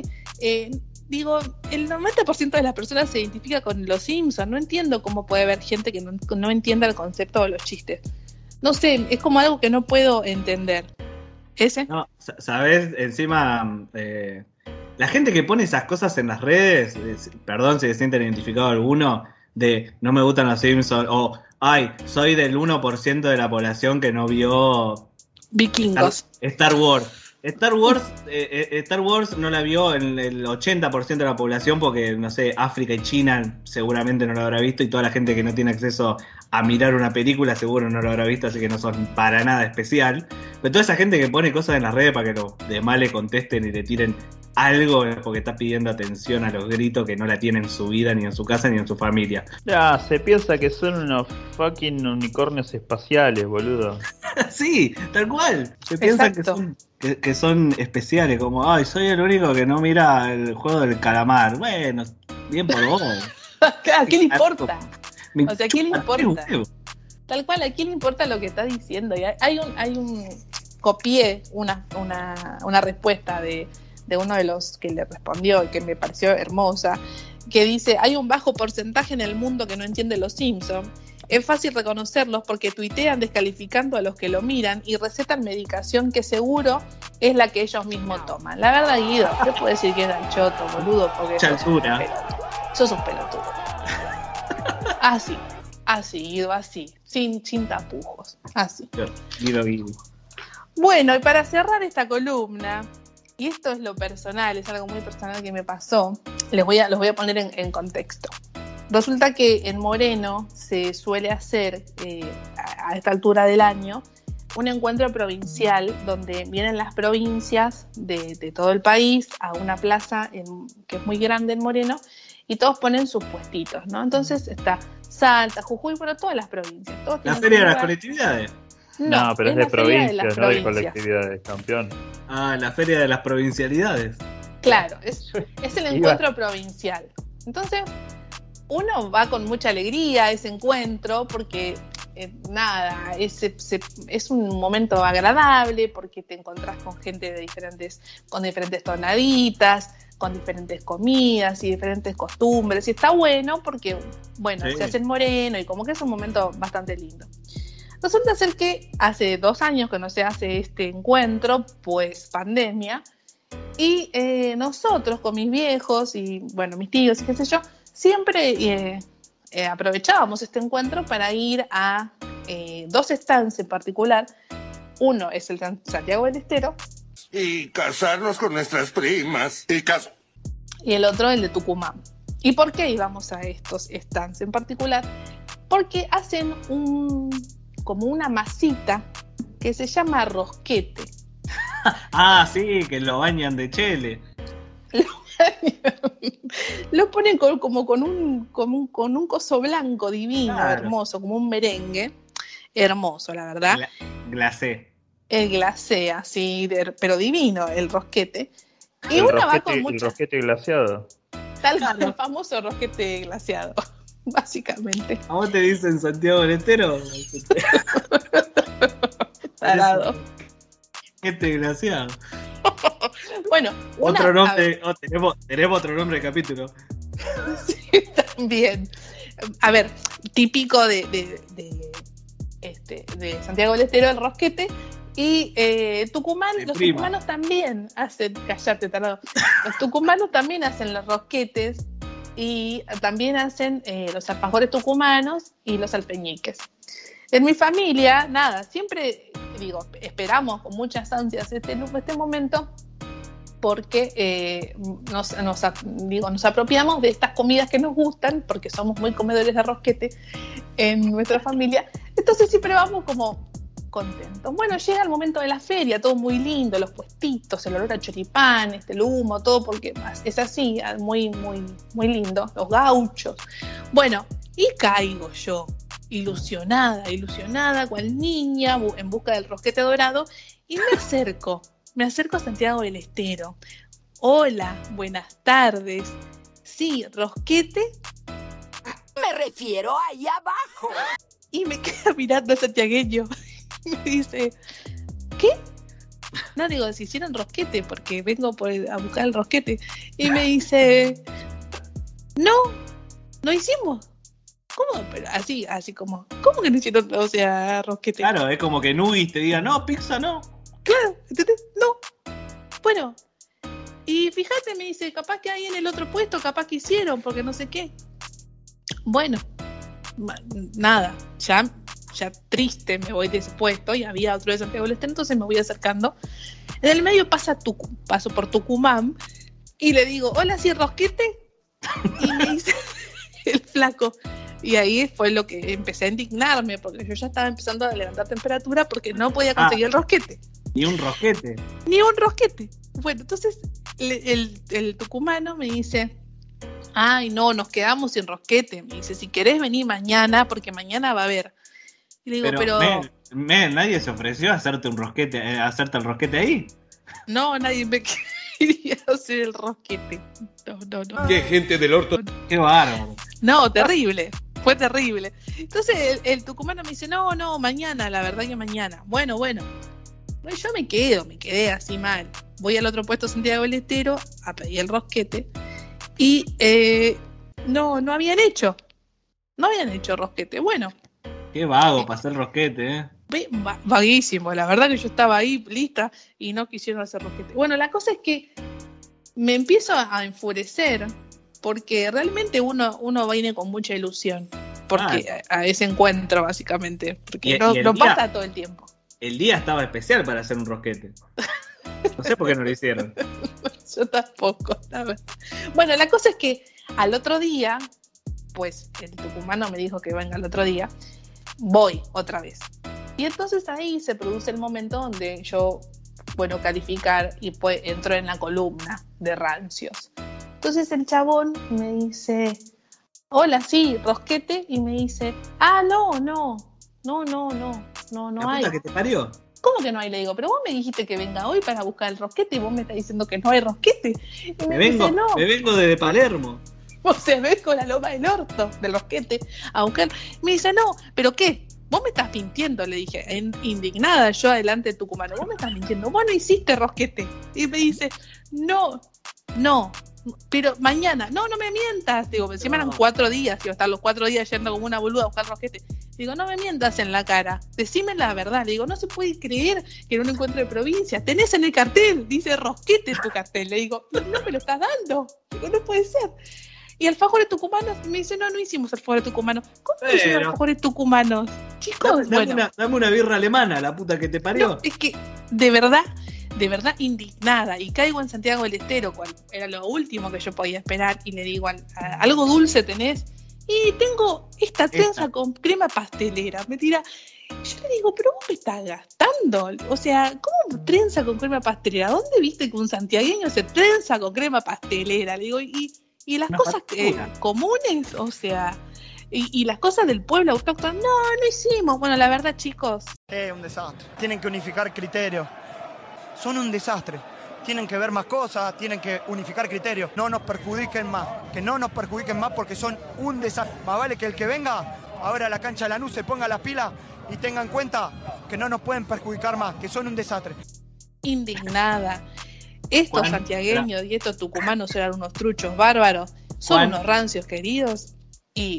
digo, el 90% de las personas se identifica con los Simpsons. No entiendo cómo puede haber gente que no entienda el concepto de los chistes. No sé, es como algo que no puedo entender. ¿Ese? No, ¿sabes? Encima, la gente que pone esas cosas en las redes, perdón si se sienten identificado alguno, de no me gustan los Simpsons, o ay, soy del 1% de la población que no vio Vikingos. Star Wars. Star Wars no la vio en el 80% de la población porque, no sé, África y China seguramente no lo habrá visto y toda la gente que no tiene acceso a mirar una película seguro no lo habrá visto, así que no son para nada especial. Pero toda esa gente que pone cosas en las redes para que los demás le contesten y le tiren algo es porque está pidiendo atención a los gritos que no la tiene en su vida, ni en su casa, ni en su familia. Ya, se piensa que son unos fucking unicornios espaciales, boludo. Sí, tal cual. Se piensa que son especiales, como, ay, soy el único que no mira el juego del calamar. Bueno, bien por vos. ¿A quién le importa? O sea, ¿a quién le importa? Tal cual, ¿a quién le importa lo que está diciendo? Y hay copié una respuesta de uno de los que le respondió y que me pareció hermosa, que dice: hay un bajo porcentaje en el mundo que no entiende los Simpsons. Es fácil reconocerlos porque tuitean descalificando a los que lo miran y recetan medicación que seguro es la que ellos mismos toman. La verdad, Guido, te puedo decir que es el choto, boludo, porque sos un pelotudo. Así, Guido, así, sin tapujos, así. Guido. Bueno, y para cerrar esta columna, y esto es lo personal, es algo muy personal que me pasó, los voy a poner en contexto. Resulta que en Moreno se suele hacer, a esta altura del año, un encuentro provincial donde vienen las provincias de todo el país a una plaza que es muy grande en Moreno y todos ponen sus puestitos, ¿no? Entonces está Salta, Jujuy, bueno, todas las provincias. ¿La feria de las colectividades? No, pero es de provincias, no de colectividades, campeón. Ah, la feria de las provincialidades. Claro, es el encuentro provincial. Entonces, uno va con mucha alegría a ese encuentro porque, es un momento agradable porque te encontrás con gente con diferentes tonaditas, con diferentes comidas y diferentes costumbres. Y está bueno porque, se hace en Moreno y como que es un momento bastante lindo. Resulta ser que hace 2 años que no se hace este encuentro, pues pandemia, y nosotros con mis viejos y, mis tíos y qué sé yo, siempre aprovechábamos este encuentro para ir a 2 stands en particular. Uno es el Santiago del Estero. Y casarnos con nuestras primas. Y el otro el de Tucumán. ¿Y por qué íbamos a estos stands en particular? Porque hacen como una masita que se llama rosquete. Ah, sí, que lo bañan de chele. Lo ponen como con un coso blanco divino, claro, hermoso, como un merengue. Hermoso, la verdad. Glacé. El glacé, así, pero divino, el rosquete. Y uno va con el rosquete glaseado. Tal cual, el famoso rosquete glaseado, básicamente. ¿A vos te dicen Santiago del Estero? Tarado. Rosquete glaseado. Bueno, otro nombre, tenemos otro nombre de capítulo. Sí, también. A ver, típico de Santiago del Estero, el rosquete. Y Tucumán, los tucumanos también hacen, callate, tarado. Los tucumanos también hacen los rosquetes y también hacen los alfajores tucumanos y los alpeñiques. En mi familia, siempre esperamos con muchas ansias este momento porque nos apropiamos de estas comidas que nos gustan porque somos muy comedores de rosquete en nuestra familia. Entonces siempre vamos como contentos. Bueno, llega el momento de la feria, todo muy lindo, los puestitos, el olor a choripán, el humo, todo porque es así, muy, muy, muy lindo, los gauchos. Bueno, y caigo yo, ilusionada, cual niña, en busca del rosquete dorado, y me acerco a Santiago del Estero. Hola, buenas tardes. Sí, rosquete. Me refiero ahí abajo. Y me queda mirando al santiagueño. Me dice, ¿qué? No, digo, si hicieron rosquete, porque vengo a buscar el rosquete. Y me dice, no hicimos. ¿Cómo? Pero así como, ¿cómo que no hicieron, rosquete? Claro, es como que Nugis te diga, no, pizza no. Claro, ¿entendés? No. Bueno, y fíjate, me dice, capaz que ahí en el otro puesto, capaz que hicieron, porque no sé qué. Bueno, nada, ya triste me voy de ese puesto y había otro de Santiago del Estero, entonces me voy acercando. En el medio paso por Tucumán y le digo, hola, ¿sí rosquete? Y me dice el flaco. Y ahí fue lo que empecé a indignarme, porque yo ya estaba empezando a levantar temperatura porque no podía conseguir el rosquete. Ni un rosquete. Bueno, entonces el tucumano me dice, ay, no, nos quedamos sin rosquete. Me dice, si querés venir mañana, porque mañana va a haber. Y le digo, pero... ¿nadie se ofreció a hacerte el rosquete ahí? No, nadie me quería hacer el rosquete. No. ¡Qué gente del orto! ¡Qué bárbaro! No, terrible. Fue terrible. Entonces el tucumano me dice, no, mañana, la verdad que mañana. Bueno. Bueno, yo me quedé así mal. Voy al otro puesto Santiago del Estero a pedir el rosquete y no habían hecho rosquete. Bueno. Qué vago para hacer rosquete, Vaguísimo, la verdad que yo estaba ahí lista y no quisieron hacer rosquete. Bueno, la cosa es que me empiezo a enfurecer porque realmente uno viene con mucha ilusión porque a ese encuentro básicamente, porque no pasa todo el tiempo. El día estaba especial para hacer un rosquete. No sé por qué no lo hicieron. Yo tampoco, la verdad. Bueno, la cosa es que al otro día, pues el tucumano me dijo que venga el otro día, voy otra vez. Y entonces ahí se produce el momento donde yo, calificar y pues entro en la columna de rancios. Entonces el chabón me dice, hola, sí, rosquete, y me dice, no hay. ¿La puta que te parió? ¿Cómo que no hay? Le digo, pero vos me dijiste que venga hoy para buscar el rosquete y vos me estás diciendo que no hay rosquete. Y me vengo desde Palermo. O sea, vengo a la loma del orto, del rosquete, a buscar. Me dice, no, ¿pero qué? Vos me estás mintiendo, le dije, indignada yo adelante de tucumano. Vos me estás mintiendo, vos no hiciste rosquete. Y me dice, no, pero mañana, no me mientas. Digo, encima eran 4 días, iba a estar los 4 días yendo como una boluda a buscar rosquete. Digo, no me mientas en la cara, decime la verdad. Le digo, no se puede creer que en un encuentro de provincia tenés en el cartel, dice rosquete tu cartel. Le digo, no me lo estás dando. Digo, no puede ser. Y alfajores tucumanos, me dice, no hicimos alfajores tucumanos. ¿Cómo no hicimos alfajores tucumanos? Chicos, dame una birra alemana, la puta que te parió. No, es que, de verdad indignada, y caigo en Santiago del Estero, cual era lo último que yo podía esperar, y le digo, ¿algo dulce tenés? Y tengo esta trenza con crema pastelera. Me tira, yo le digo, pero vos me estás gastando. O sea, ¿cómo trenza con crema pastelera? ¿Dónde viste que un santiagueño se trenza con crema pastelera? Le digo, y las cosas comunes, o sea, y las cosas del pueblo autóctono, no hicimos. Bueno, la verdad, chicos, un desastre. Tienen que unificar criterios. Son un desastre. Tienen que ver más cosas, tienen que unificar criterios. No nos perjudiquen más. Que no nos perjudiquen más porque son un desastre. Más vale que el que venga ahora a la cancha de Lanús se ponga las pilas y tenga en cuenta que no nos pueden perjudicar más, que son un desastre. Indignada. Estos santiagueños y estos tucumanos eran unos truchos bárbaros. Son unos rancios queridos y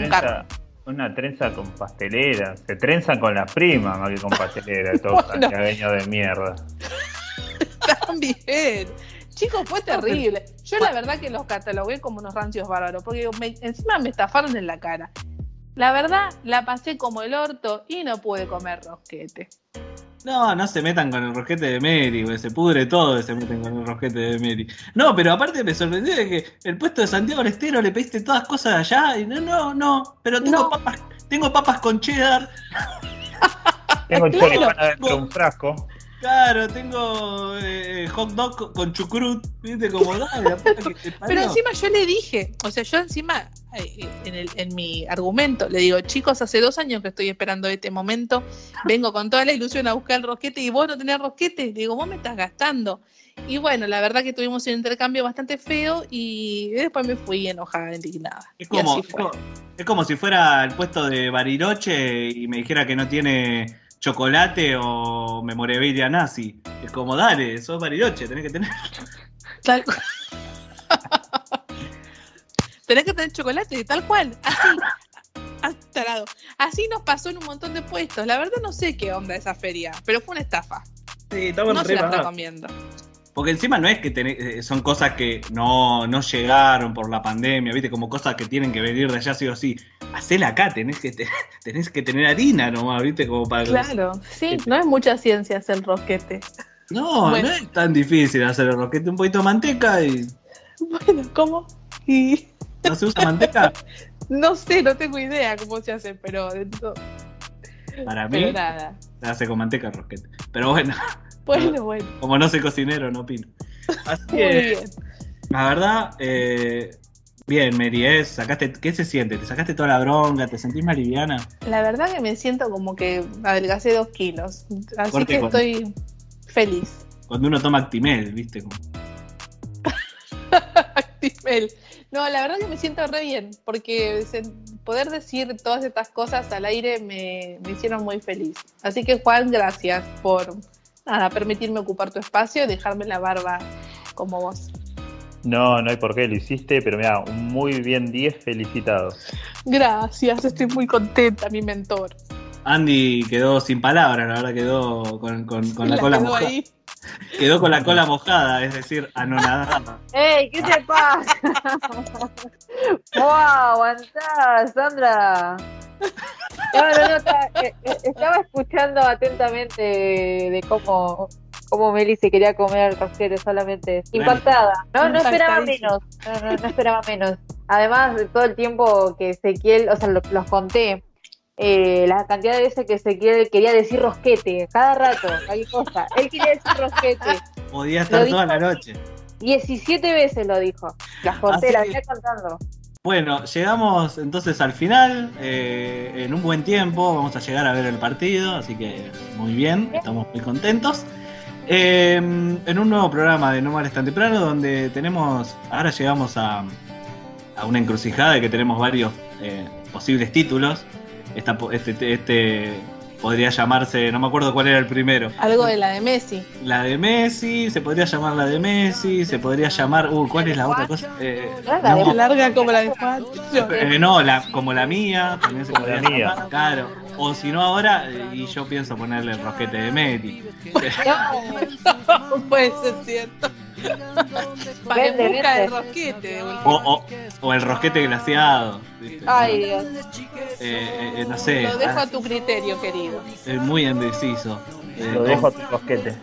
una trenza con pastelera. Se trenzan con la prima más que con pastelera. Estos santiagueños de mierda. También. Chicos, fue terrible. Yo la verdad que los catalogué como unos rancios bárbaros, porque encima me estafaron en la cara. La verdad, la pasé como el orto y no pude comer rosquete. No se metan con el rosquete de Mary, güey. Se pudre todo y se meten con el rosquete de Mary. No, pero aparte me sorprendió de que el puesto de Santiago del Estero le pediste todas cosas de allá y no. Pero tengo papas con cheddar. Tengo choripán dentro de un frasco. Claro, tengo hot dog con chucrut, ¿viste? Como dale, la puta que te parió. Pero encima yo le dije, o sea, yo encima en mi argumento le digo, chicos, hace 2 años que estoy esperando este momento, vengo con toda la ilusión a buscar el rosquete y vos no tenés rosquete. Digo, vos me estás gastando. Y bueno, la verdad que tuvimos un intercambio bastante feo y después me fui enojada, indignada. Es como si fuera el puesto de Bariloche y me dijera que no tiene chocolate o memorabilia nazi. Es como, dale, sos Bariloche, tenés que tener. Tenés que tener chocolate, tal cual, así. Tarado. Así nos pasó en un montón de puestos. La verdad no sé qué onda esa feria, pero fue una estafa. Sí, no se la recomiendo. Porque encima no es que son cosas que no llegaron por la pandemia, ¿viste? Como cosas que tienen que venir de allá sí o sí. Hacela acá, tenés que tener harina nomás, ¿viste? Como para claro, sí, no es mucha ciencia hacer rosquete. No, bueno. No es tan difícil hacer el rosquete, un poquito de manteca y... Bueno, ¿cómo? Y... ¿No se usa manteca? No sé, no tengo idea cómo se hace, pero dentro... Para mí, nada. Se hace con manteca el rosquete. Pero bueno. Bueno. Como no soy cocinero, no opino. Así que, muy bien. La verdad, bien, Mary, ¿qué se siente? ¿Te sacaste toda la bronca? ¿Te sentís más liviana? La verdad que me siento como que adelgacé 2 kilos. Así que estoy feliz. Cuando uno toma Actimel, ¿viste? Actimel. No, la verdad que me siento re bien, porque poder decir todas estas cosas al aire me hicieron muy feliz. Así que, Juan, gracias por nada, permitirme ocupar tu espacio y dejarme la barba como vos. No hay por qué, lo hiciste, pero mira, un muy bien 10 felicitados. Gracias, estoy muy contenta, mi mentor. Andy quedó sin palabras, la verdad, quedó con la cola mojada. Ahí. Quedó con la cola mojada, es decir, anonadada. ¡Ey! ¿Qué te pasa? ¡Wow! ¡Aguantá, Sandra! No, estaba escuchando atentamente de cómo Meli se quería comer el rosquete solamente. Impactada. No esperaba menos. No esperaba menos. Además, de todo el tiempo que Ezequiel, o sea, los conté. La cantidad de veces que Ezequiel quería decir rosquete, cada rato, cualquier cosa. Él quería decir rosquete. Podía estar toda la noche. 17 veces lo dijo. Las conté, las venía contando. Bueno, llegamos entonces al final, en un buen tiempo, vamos a llegar a ver el partido, así que muy bien, estamos muy contentos. En un nuevo programa de No Males Tan Temprano, donde ahora llegamos a una encrucijada de que tenemos varios posibles títulos. Este podría llamarse, no me acuerdo cuál era el primero. Algo de la de Messi. La de Messi, se podría llamar la de Messi, se podría llamar... ¿cuál es la otra cosa? Larga como la de Juan. No, como la mía, también se podría llamar, claro. O si no ahora, y yo pienso ponerle el rosquete de Messi. No puede ser cierto. Para en busca del rosquete. O el rosquete glaseado. ¿Viste? Ay, Dios. No sé. Lo dejo a tu criterio, querido. Es muy indeciso. Lo dejo a tu rosquete.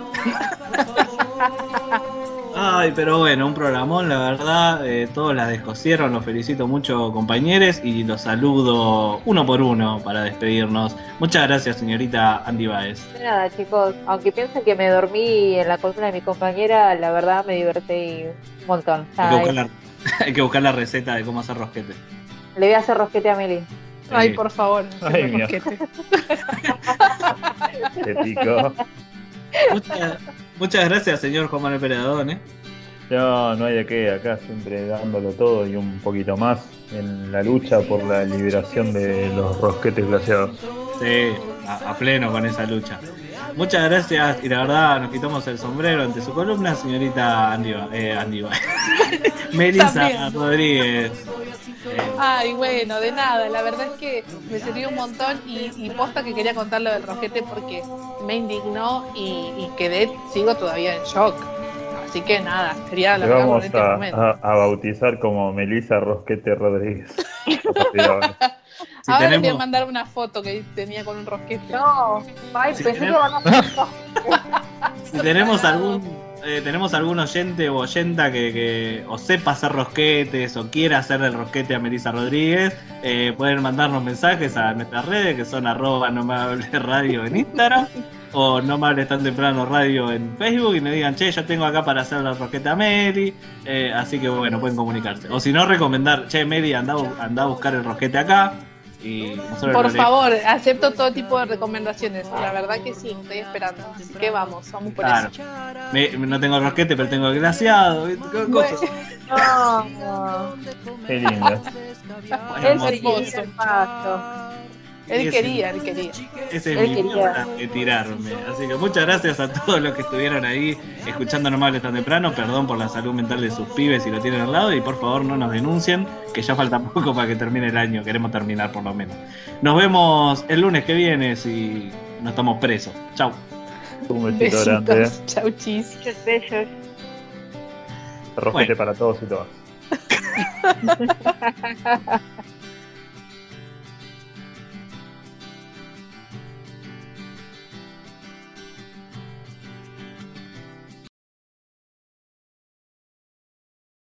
Ay, pero bueno, un programón, la verdad. Todos la descosieron. Los felicito mucho, compañeros. Y los saludo uno por uno para despedirnos. Muchas gracias, señorita Andy Baez. De nada, chicos. Aunque piensen que me dormí en la columna de mi compañera, la verdad me divertí un montón. Hay que buscar la receta de cómo hacer rosquete. Le voy a hacer rosquete a Meli. Ay, por favor, ay, rosquete. Te picó. Muchas gracias, señor Juan Manuel Peredón. No hay de qué, acá siempre dándolo todo y un poquito más en la lucha por la liberación de los rosquetes glaseados. Sí, a pleno con esa lucha. Muchas gracias y la verdad nos quitamos el sombrero ante su columna, señorita Andy Melissa Rodríguez. Ay, bueno, de nada, la verdad es que me sirvió un montón y posta que quería contar lo del rosquete porque me indignó y sigo todavía en shock. Así que nada, quería hablar con este momento. A bautizar como Melissa Rosquete Rodríguez. Ahora les voy a mandar una foto que tenía con un rosquete. No, ay, pensé que van a... Si tenemos algún oyente o oyenta que o sepa hacer rosquetes o quiera hacerle el rosquete a Melissa Rodríguez, pueden mandarnos mensajes a nuestras redes que son @nomehablesradio en Instagram o No Me Hables Tan Temprano Radio en Facebook y me digan, che, yo tengo acá para hacer la rosquete a Meli, así que bueno, pueden comunicarse. O si no, recomendar, che, Meli, anda a buscar el rosquete acá. Y por favor, acepto todo tipo de recomendaciones. La verdad que sí, estoy esperando. Así que vamos por eso. No tengo el rosquete, pero tengo el glaseado. Cosas. No. Qué lindo. Él quería. Ese es mi hora de tirarme. Así que muchas gracias a todos los que estuvieron ahí escuchando No Me Hables Tan Temprano. Perdón por la salud mental de sus pibes si lo tienen al lado. Y por favor no nos denuncien, que ya falta poco para que termine el año. Queremos terminar por lo menos. Nos vemos el lunes que viene si no estamos presos. Chau. Un besito grande. Chau, chis. Muchos besos. Rosquete para todos y todas.